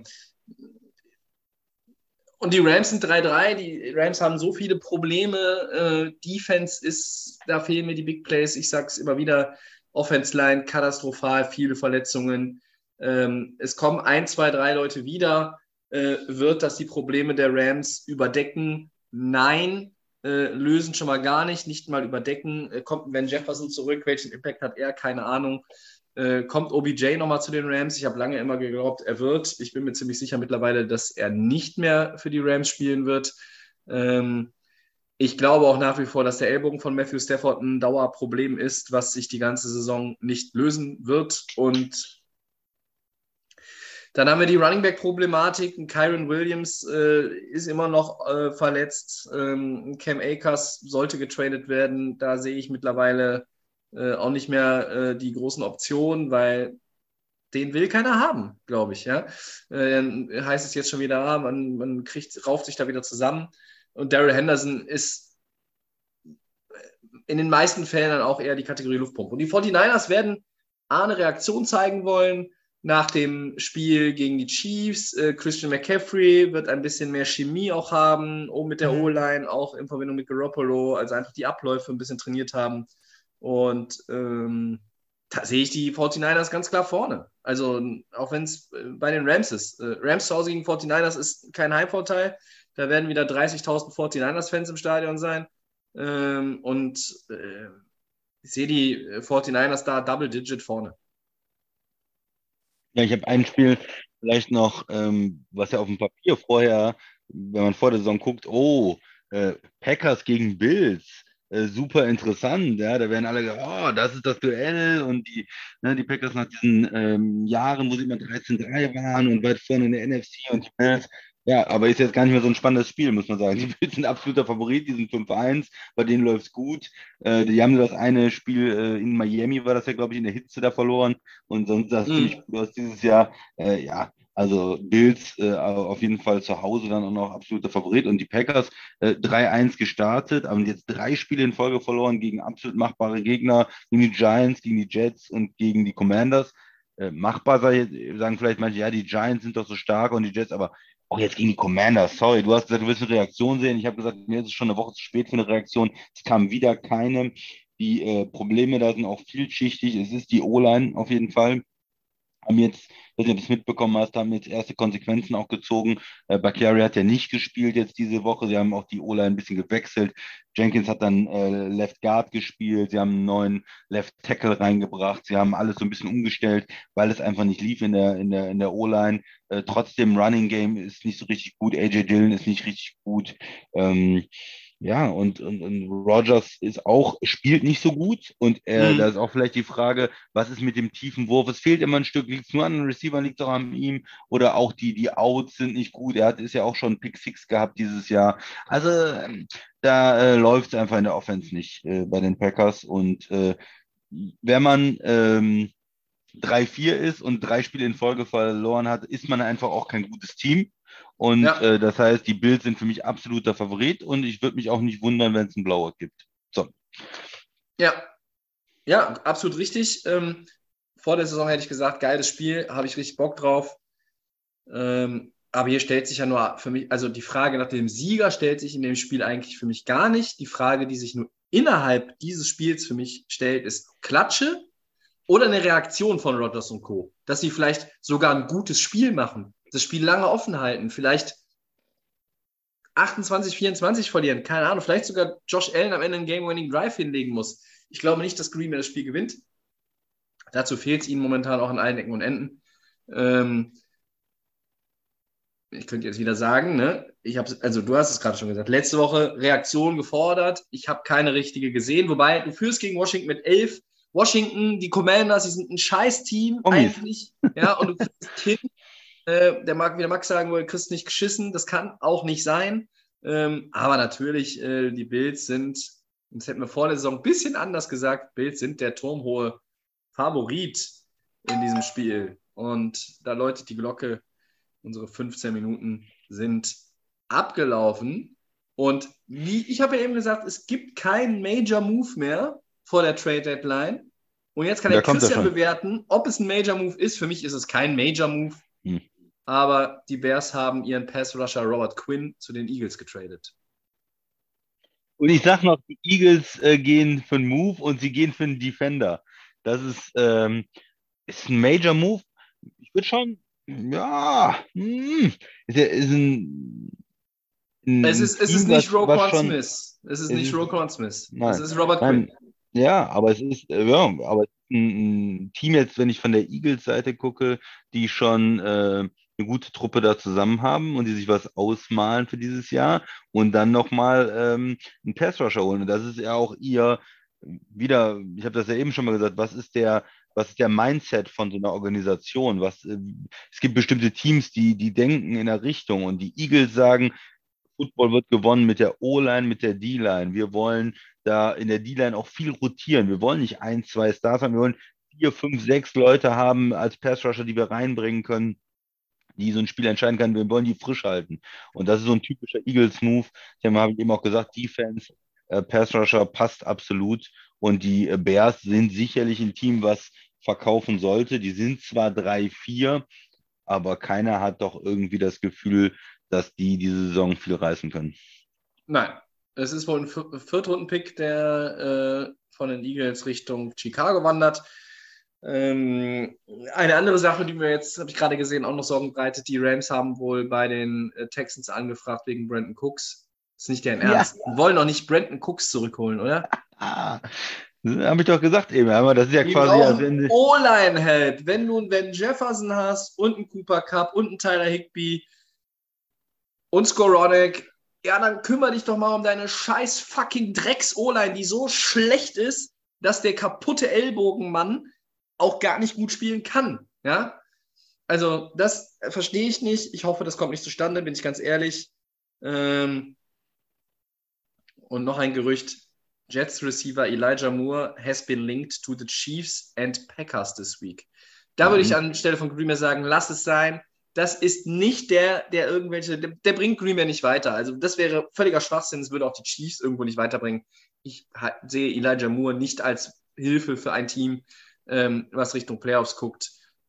Und die Rams sind 3-3, die Rams haben so viele Probleme, Defense da fehlen mir die Big Plays, ich sag's immer wieder, Offense Line katastrophal, viele Verletzungen, es kommen 1, 2, 3 Leute wieder, wird das die Probleme der Rams überdecken? Nein, lösen schon mal gar nicht mal überdecken, kommt Van Jefferson zurück, welchen Impact hat er, keine Ahnung. Kommt OBJ nochmal zu den Rams? Ich habe lange immer geglaubt, er wird. Ich bin mir ziemlich sicher mittlerweile, dass er nicht mehr für die Rams spielen wird. Ich glaube auch nach wie vor, dass der Ellbogen von Matthew Stafford ein Dauerproblem ist, was sich die ganze Saison nicht lösen wird. Und dann haben wir die Running Back-Problematik. Kyren Williams ist immer noch verletzt. Cam Akers sollte getradet werden. Da sehe ich mittlerweile auch nicht mehr die großen Optionen, weil den will keiner haben, glaube ich. Ja? Dann heißt es jetzt schon wieder, man rauft sich da wieder zusammen. Und Darrell Henderson ist in den meisten Fällen dann auch eher die Kategorie Luftpumpe. Und die 49ers werden eine Reaktion zeigen wollen nach dem Spiel gegen die Chiefs. Christian McCaffrey wird ein bisschen mehr Chemie auch haben, oben mit der O-Line, auch in Verbindung mit Garoppolo, also einfach die Abläufe ein bisschen trainiert haben. Und da sehe ich die 49ers ganz klar vorne. Also auch wenn es bei den Rams ist. Rams zu Hause gegen 49ers ist kein Heimvorteil. Da werden wieder 30.000 49ers-Fans im Stadion sein. Ich sehe die 49ers da Double-Digit vorne. Ja, ich habe ein Spiel vielleicht noch, was ja auf dem Papier vorher, wenn man vor der Saison guckt, Packers gegen Bills. Super interessant, ja, da werden alle gesagt, oh, das ist das Duell und die Packers nach diesen Jahren, wo sie immer 13-3 waren und weit vorne in der NFC und die Bills, ja, aber ist jetzt gar nicht mehr so ein spannendes Spiel, muss man sagen. Die Bills sind absoluter Favorit, die sind 5-1, bei denen läuft es gut. Die haben nur das eine Spiel in Miami, war das ja, glaube ich, in der Hitze da verloren und sonst sah es ziemlich gut aus dieses Jahr. Ja, also Bills auf jeden Fall zu Hause dann auch noch absoluter Favorit und die Packers 3-1 gestartet, haben jetzt 3 Spiele in Folge verloren gegen absolut machbare Gegner, gegen die Giants, gegen die Jets und gegen die Commanders. Machbar sagen vielleicht manche, ja, die Giants sind doch so stark und die Jets, aber auch jetzt gegen die Commanders, sorry, du hast gesagt, du willst eine Reaktion sehen. Ich habe gesagt, mir ist es schon eine Woche zu spät für eine Reaktion. Es kam wieder keine. Die Probleme da sind auch vielschichtig. Es ist die O-Line auf jeden Fall. haben jetzt, wenn du das mitbekommen hast, haben jetzt erste Konsequenzen auch gezogen. Bakhtiari hat ja nicht gespielt jetzt diese Woche. Sie haben auch die O-Line ein bisschen gewechselt. Jenkins hat dann Left Guard gespielt. Sie haben einen neuen Left Tackle reingebracht. Sie haben alles so ein bisschen umgestellt, weil es einfach nicht lief in der O-Line. Trotzdem Running Game ist nicht so richtig gut. AJ Dillon ist nicht richtig gut. Ähm, ja, und Rodgers spielt nicht so gut. Und da ist auch vielleicht die Frage, was ist mit dem tiefen Wurf? Es fehlt immer ein Stück. Liegt es nur an den Receivern, liegt es auch an ihm? Oder auch die Outs sind nicht gut. Ist ja auch schon Pick Six gehabt dieses Jahr. Also da läuft es einfach in der Offense nicht bei den Packers. Und wenn man 3-4 ist und 3 Spiele in Folge verloren hat, ist man einfach auch kein gutes Team. Und Ja, das heißt, die Bills sind für mich absoluter Favorit und ich würde mich auch nicht wundern, wenn es einen Blowout gibt. So. ja, ja, absolut richtig. Vor der Saison hätte ich gesagt, geiles Spiel, habe ich richtig Bock drauf. Aber hier stellt sich ja nur für mich, also die Frage nach dem Sieger stellt sich in dem Spiel eigentlich für mich gar nicht. Die Frage, die sich nur innerhalb dieses Spiels für mich stellt, ist Klatsche oder eine Reaktion von Rodgers und Co. Dass sie vielleicht sogar ein gutes Spiel machen, das Spiel lange offen halten, vielleicht 28-24 verlieren, keine Ahnung, vielleicht sogar Josh Allen am Ende einen Game-Winning Drive hinlegen muss. Ich glaube nicht, dass Green Bay das Spiel gewinnt. Dazu fehlt es ihnen momentan auch an allen Ecken und Enden. Ich könnte jetzt wieder sagen, ne? Also du hast es gerade schon gesagt, letzte Woche Reaktion gefordert. Ich habe keine richtige gesehen. Wobei, du führst gegen Washington mit 11. Washington, die Commanders, die sind ein Scheiß-Team eigentlich. Ja, und du kriegst hin. Der mag wieder Max sagen, du kriegst nicht geschissen. Das kann auch nicht sein. Aber natürlich, die Bills sind, das hätten wir vor der Saison ein bisschen anders gesagt, Bills sind der turmhohe Favorit in diesem Spiel. Und da läutet die Glocke. Unsere 15 Minuten sind abgelaufen. Und ich habe ja eben gesagt, es gibt keinen Major Move mehr vor der Trade Deadline. Und jetzt kann der Christian bewerten, ob es ein Major Move ist. Für mich ist es kein Major Move. Aber die Bears haben ihren Pass-Rusher Robert Quinn zu den Eagles getradet. Und ich sage noch, die Eagles gehen für einen Move und sie gehen für einen Defender. Das ist ein Major Move. Ich würde schon, ja, ist es ist nicht Roquan Smith. Es ist nicht Roquan Smith. Es ist Robert Quinn. Ja, aber es ist ein Team jetzt, wenn ich von der Eagles-Seite gucke, die schon eine gute Truppe da zusammen haben und die sich was ausmalen für dieses Jahr und dann nochmal einen Pass-Rusher holen. Und das ist ja auch wieder, ich habe das ja eben schon mal gesagt, was ist der Mindset von so einer Organisation? Es gibt bestimmte Teams, die denken in der Richtung und die Eagles sagen, Football wird gewonnen mit der O-Line, mit der D-Line. Wir wollen da in der D-Line auch viel rotieren. Wir wollen nicht 1, 2 Stars haben, wir wollen 4, 5, 6 Leute haben als Pass-Rusher, die wir reinbringen können, die so ein Spiel entscheiden können. Wir wollen die frisch halten. Und das ist so ein typischer Eagles-Move. Habe ich eben auch gesagt, Defense, Pass-Rusher passt absolut. Und die Bears sind sicherlich ein Team, was verkaufen sollte. Die sind zwar 3-4, aber keiner hat doch irgendwie das Gefühl, dass die diese Saison viel reißen können. Nein, es ist wohl ein Viertrunden-Pick, der von den Eagles Richtung Chicago wandert. Eine andere Sache, die mir jetzt, habe ich gerade gesehen, auch noch Sorgen bereitet, die Rams haben wohl bei den Texans angefragt wegen Brandon Cooks. Das ist nicht deren Ernst. Die wollen doch nicht Brandon Cooks zurückholen, oder? Habe ich doch gesagt eben, aber das ist ja die quasi... O-Line-Help. Wenn du einen Van Jefferson hast und einen Cooper Kupp und einen Tyler Higbee und Skowronek, ja, dann kümmere dich doch mal um deine scheiß fucking Drecks-O-Line, die so schlecht ist, dass der kaputte Ellbogenmann auch gar nicht gut spielen kann. Ja? Also, das verstehe ich nicht. Ich hoffe, das kommt nicht zustande, bin ich ganz ehrlich. Und noch ein Gerücht. Jets Receiver Elijah Moore has been linked to the Chiefs and Packers this week. Da würde ich anstelle von Green Bay sagen, lass es sein. Das ist nicht der bringt Green Bay nicht weiter. Also das wäre völliger Schwachsinn. Das würde auch die Chiefs irgendwo nicht weiterbringen. Ich sehe Elijah Moore nicht als Hilfe für ein Team, was Richtung Playoffs guckt.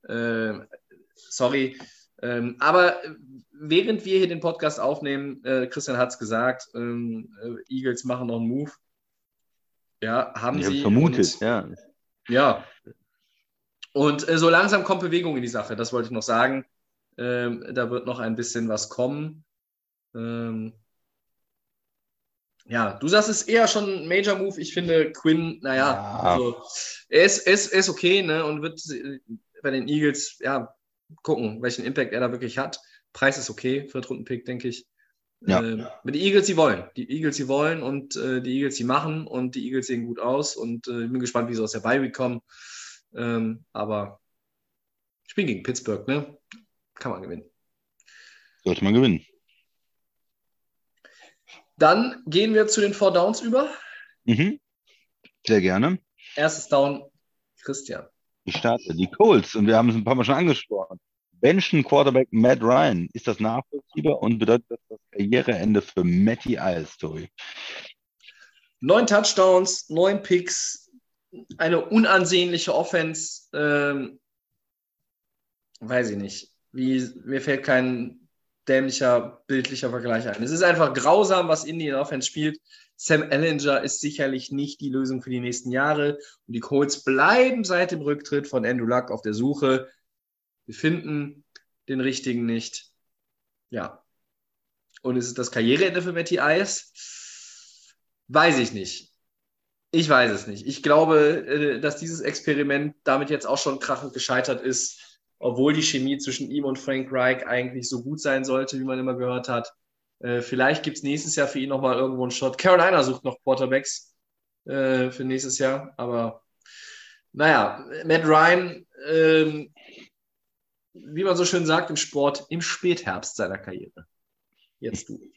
Sorry. Aber während wir hier den Podcast aufnehmen, Christian hat es gesagt, Eagles machen noch einen Move. Ja, haben sie. Vermutet, ja. Ja. Und so langsam kommt Bewegung in die Sache, das wollte ich noch sagen. Da wird noch ein bisschen was kommen. Ja, du sagst, es ist eher schon ein Major-Move. Ich finde Quinn, naja, Ja, also er ist okay, ne, und wird bei den Eagles, ja, gucken, welchen Impact er da wirklich hat. Preis ist okay, Viertrunden-Pick, denke ich. ja. Aber die Eagles, die wollen. Die Eagles, die wollen und die Eagles, die machen und die Eagles sehen gut aus und ich bin gespannt, wie sie aus der Bye-Week kommen. Aber Spiel gegen Pittsburgh, ne? Kann man gewinnen. Sollte man gewinnen. Dann gehen wir zu den Four Downs über. Mhm. Sehr gerne. Erstes Down, Christian. Ich starte. Die Colts, und wir haben es ein paar Mal schon angesprochen. Benchen Quarterback Matt Ryan. Ist das nachvollziehbar und bedeutet das das Karriereende für Matty Ice, Tobi? 9 Touchdowns, 9 Picks, eine unansehnliche Offense. Weiß ich nicht. Mir fällt kein dämlicher, bildlicher Vergleich ein. Es ist einfach grausam, was Indy in der Offense spielt. Sam Ehlinger ist sicherlich nicht die Lösung für die nächsten Jahre. Und die Colts bleiben seit dem Rücktritt von Andrew Luck auf der Suche. Wir finden den richtigen nicht. Ja. Und ist es das Karriereende für Matty Ice? Weiß ich nicht. Ich weiß es nicht. Ich glaube, dass dieses Experiment damit jetzt auch schon krachend gescheitert ist, obwohl die Chemie zwischen ihm und Frank Reich eigentlich so gut sein sollte, wie man immer gehört hat. Vielleicht gibt es nächstes Jahr für ihn nochmal irgendwo einen Shot. Carolina sucht noch Quarterbacks für nächstes Jahr, aber naja, Matt Ryan, wie man so schön sagt im Sport, im Spätherbst seiner Karriere. Jetzt du.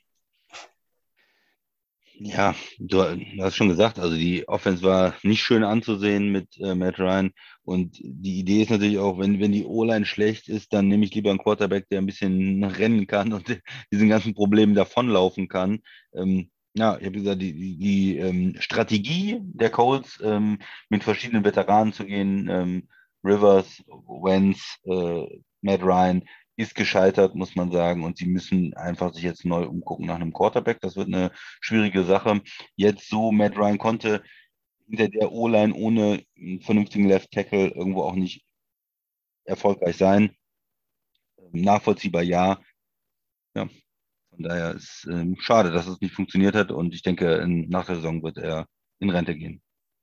Ja, du hast schon gesagt, also die Offense war nicht schön anzusehen mit Matt Ryan. Und die Idee ist natürlich auch, wenn die O-Line schlecht ist, dann nehme ich lieber einen Quarterback, der ein bisschen rennen kann und diesen ganzen Problemen davonlaufen kann. Ja, ich habe gesagt, die Strategie der Colts, mit verschiedenen Veteranen zu gehen, Rivers, Wentz, Matt Ryan, ist gescheitert, muss man sagen. Und sie müssen einfach sich jetzt neu umgucken nach einem Quarterback. Das wird eine schwierige Sache. Jetzt so, Matt Ryan konnte hinter der O-Line ohne einen vernünftigen Left Tackle irgendwo auch nicht erfolgreich sein. Nachvollziehbar ja. Ja, von daher ist schade, dass es nicht funktioniert hat. Und ich denke, nach der Saison wird er in Rente gehen.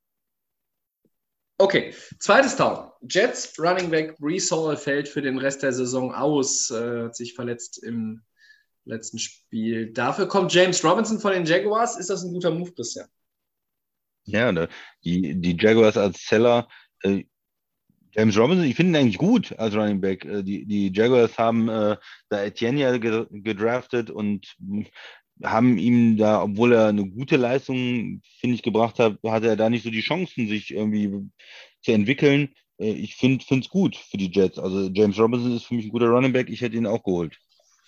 Okay, zweites Down. Jets Running Back Breece Hall fällt für den Rest der Saison aus, hat sich verletzt im letzten Spiel. Dafür kommt James Robinson von den Jaguars. Ist das ein guter Move, Christian? Ja, ne, die Jaguars als Seller, James Robinson, ich finde ihn eigentlich gut als Running Back. Die Jaguars haben da Etienne ja gedraftet und haben ihm da, obwohl er eine gute Leistung, finde ich, gebracht hat, hatte er da nicht so die Chancen, sich irgendwie zu entwickeln. Ich finde es gut für die Jets. Also James Robinson ist für mich ein guter Running Back. Ich hätte ihn auch geholt.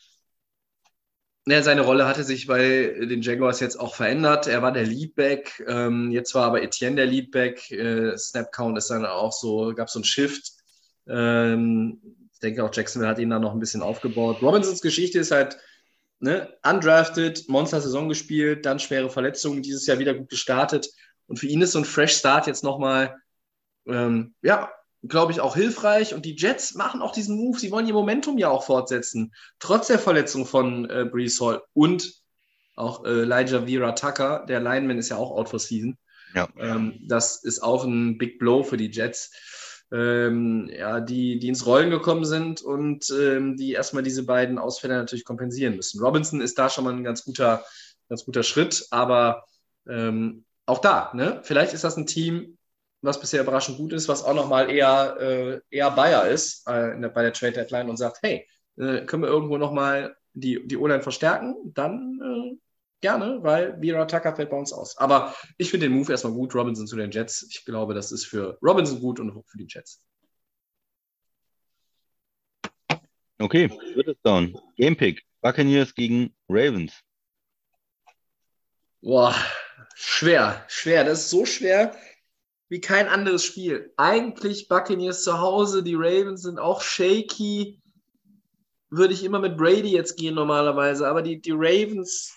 Ja, seine Rolle hatte sich bei den Jaguars jetzt auch verändert. Er war der Leadback, jetzt war aber Etienne der Leadback. Snap-Count ist dann auch so, gab so einen Shift. Ich denke auch Jacksonville hat ihn dann noch ein bisschen aufgebaut. Robinsons Geschichte ist halt, ne, undrafted, Monster-Saison gespielt, dann schwere Verletzungen, dieses Jahr wieder gut gestartet. Und für ihn ist so ein Fresh Start jetzt nochmal, ja, glaube ich, auch hilfreich. Und die Jets machen auch diesen Move. Sie wollen ihr Momentum ja auch fortsetzen. Trotz der Verletzung von Breece Hall und auch Elijah Vera Tucker. Der Lineman ist ja auch out for season. Ja. Das ist auch ein Big Blow für die Jets. Ja, die ins Rollen gekommen sind und die erstmal diese beiden Ausfälle natürlich kompensieren müssen. Robinson ist da schon mal ein ganz guter Schritt, aber auch da, ne? Vielleicht ist das ein Team, was bisher überraschend gut ist, was auch nochmal eher Buyer ist bei der Trade Deadline und sagt, hey, können wir irgendwo nochmal die O-Line verstärken? Dann gerne, weil Vera Tucker fällt bei uns aus. Aber ich finde den Move erstmal gut, Robinson zu den Jets. Ich glaube, das ist für Robinson gut und für die Jets. Okay, drittes Down. Game Pick. Buccaneers gegen Ravens. Boah, schwer. Das ist so schwer wie kein anderes Spiel. Eigentlich Buccaneers zu Hause, die Ravens sind auch shaky. Würde ich immer mit Brady jetzt gehen normalerweise, aber die Ravens,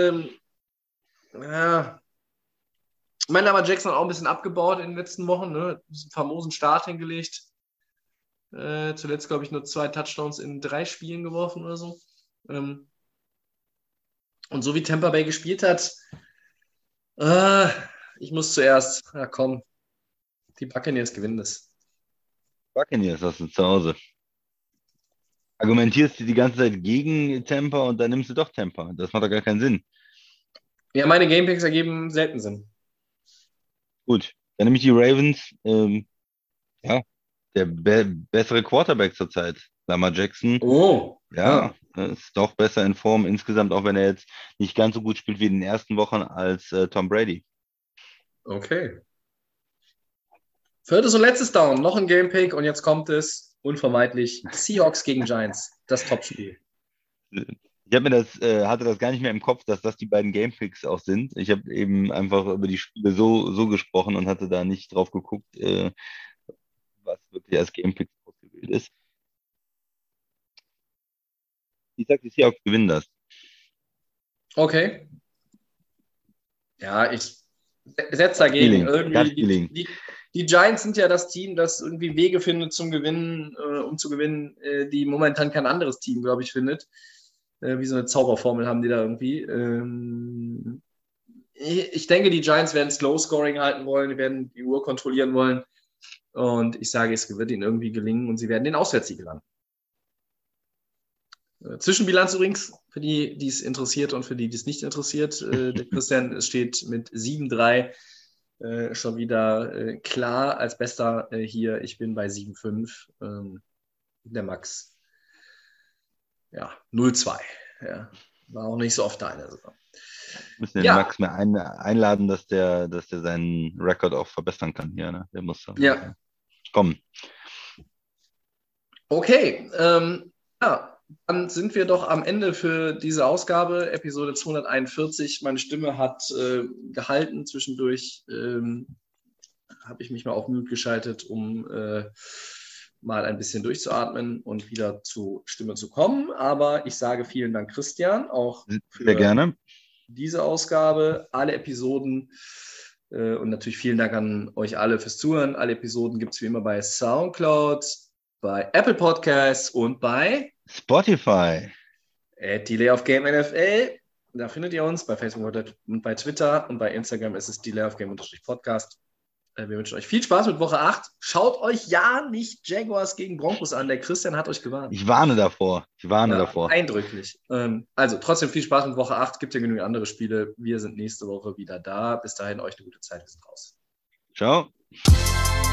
ja, ich meine, aber Jackson hat auch ein bisschen abgebaut in den letzten Wochen, ne? Einen famosen Start hingelegt. Zuletzt, glaube ich, nur 2 Touchdowns in 3 Spielen geworfen oder so. Und so wie Tampa Bay gespielt hat, ich muss zuerst, komm, die Buccaneers gewinnen das. Buccaneers hast du zu Hause. Argumentierst du die ganze Zeit gegen Tampa und dann nimmst du doch Tampa. Das macht doch gar keinen Sinn. Ja, meine Gamepicks ergeben selten Sinn. Gut, dann nehme ich die Ravens. Ja, der bessere Quarterback zurzeit. Lamar Jackson. Oh, Ja, ist doch besser in Form insgesamt, auch wenn er jetzt nicht ganz so gut spielt wie in den ersten Wochen als Tom Brady. Okay. 4. und letztes Down, noch ein Gamepick und jetzt kommt es unvermeidlich. Seahawks gegen Giants, das Topspiel. Ich hatte das gar nicht mehr im Kopf, dass das die beiden Gamepicks auch sind. Ich habe eben einfach über die Spiele so gesprochen und hatte da nicht drauf geguckt, was wirklich als Gamepick ausgewählt ist. Ich sage, die Seahawks gewinnen das. Okay. Ja, ich setze dagegen. Irgendwie die Giants sind ja das Team, das irgendwie Wege findet zum Gewinnen, um zu gewinnen, die momentan kein anderes Team, glaube ich, findet. Wie so eine Zauberformel haben die da irgendwie. Ich denke, die Giants werden Slow-Scoring halten wollen, die werden die Uhr kontrollieren wollen. Und ich sage, es wird ihnen irgendwie gelingen und sie werden den Auswärtssieg landen. Zwischenbilanz übrigens, für die, die es interessiert und für die, die es nicht interessiert. Der Christian, es steht mit 7-3 schon wieder klar als Bester hier. Ich bin bei 7-5. Der Max, ja, 0-2. Ja, war auch nicht so oft da in der Saison. Wir müssen den Max mehr einladen, dass der seinen Rekord auch verbessern kann hier. Ne? Der muss kommen. Okay, dann sind wir doch am Ende für diese Ausgabe, Episode 241. Meine Stimme hat gehalten. Zwischendurch habe ich mich mal auf Mute geschaltet, um mal ein bisschen durchzuatmen und wieder zur Stimme zu kommen. Aber ich sage vielen Dank, Christian, auch für sehr gerne diese Ausgabe, alle Episoden. Und natürlich vielen Dank an euch alle fürs Zuhören. Alle Episoden gibt es wie immer bei SoundCloud, bei Apple Podcasts und bei Spotify. Delay of Game NFL. Da findet ihr uns bei Facebook und bei Twitter und bei Instagram ist es Delay of Game-Podcast. Wir wünschen euch viel Spaß mit Woche 8. Schaut euch ja nicht Jaguars gegen Broncos an. Der Christian hat euch gewarnt. Ich warne davor. Eindrücklich. Also trotzdem viel Spaß mit Woche 8. Gibt ja genügend andere Spiele. Wir sind nächste Woche wieder da. Bis dahin euch eine gute Zeit. Wir sind raus. Ciao.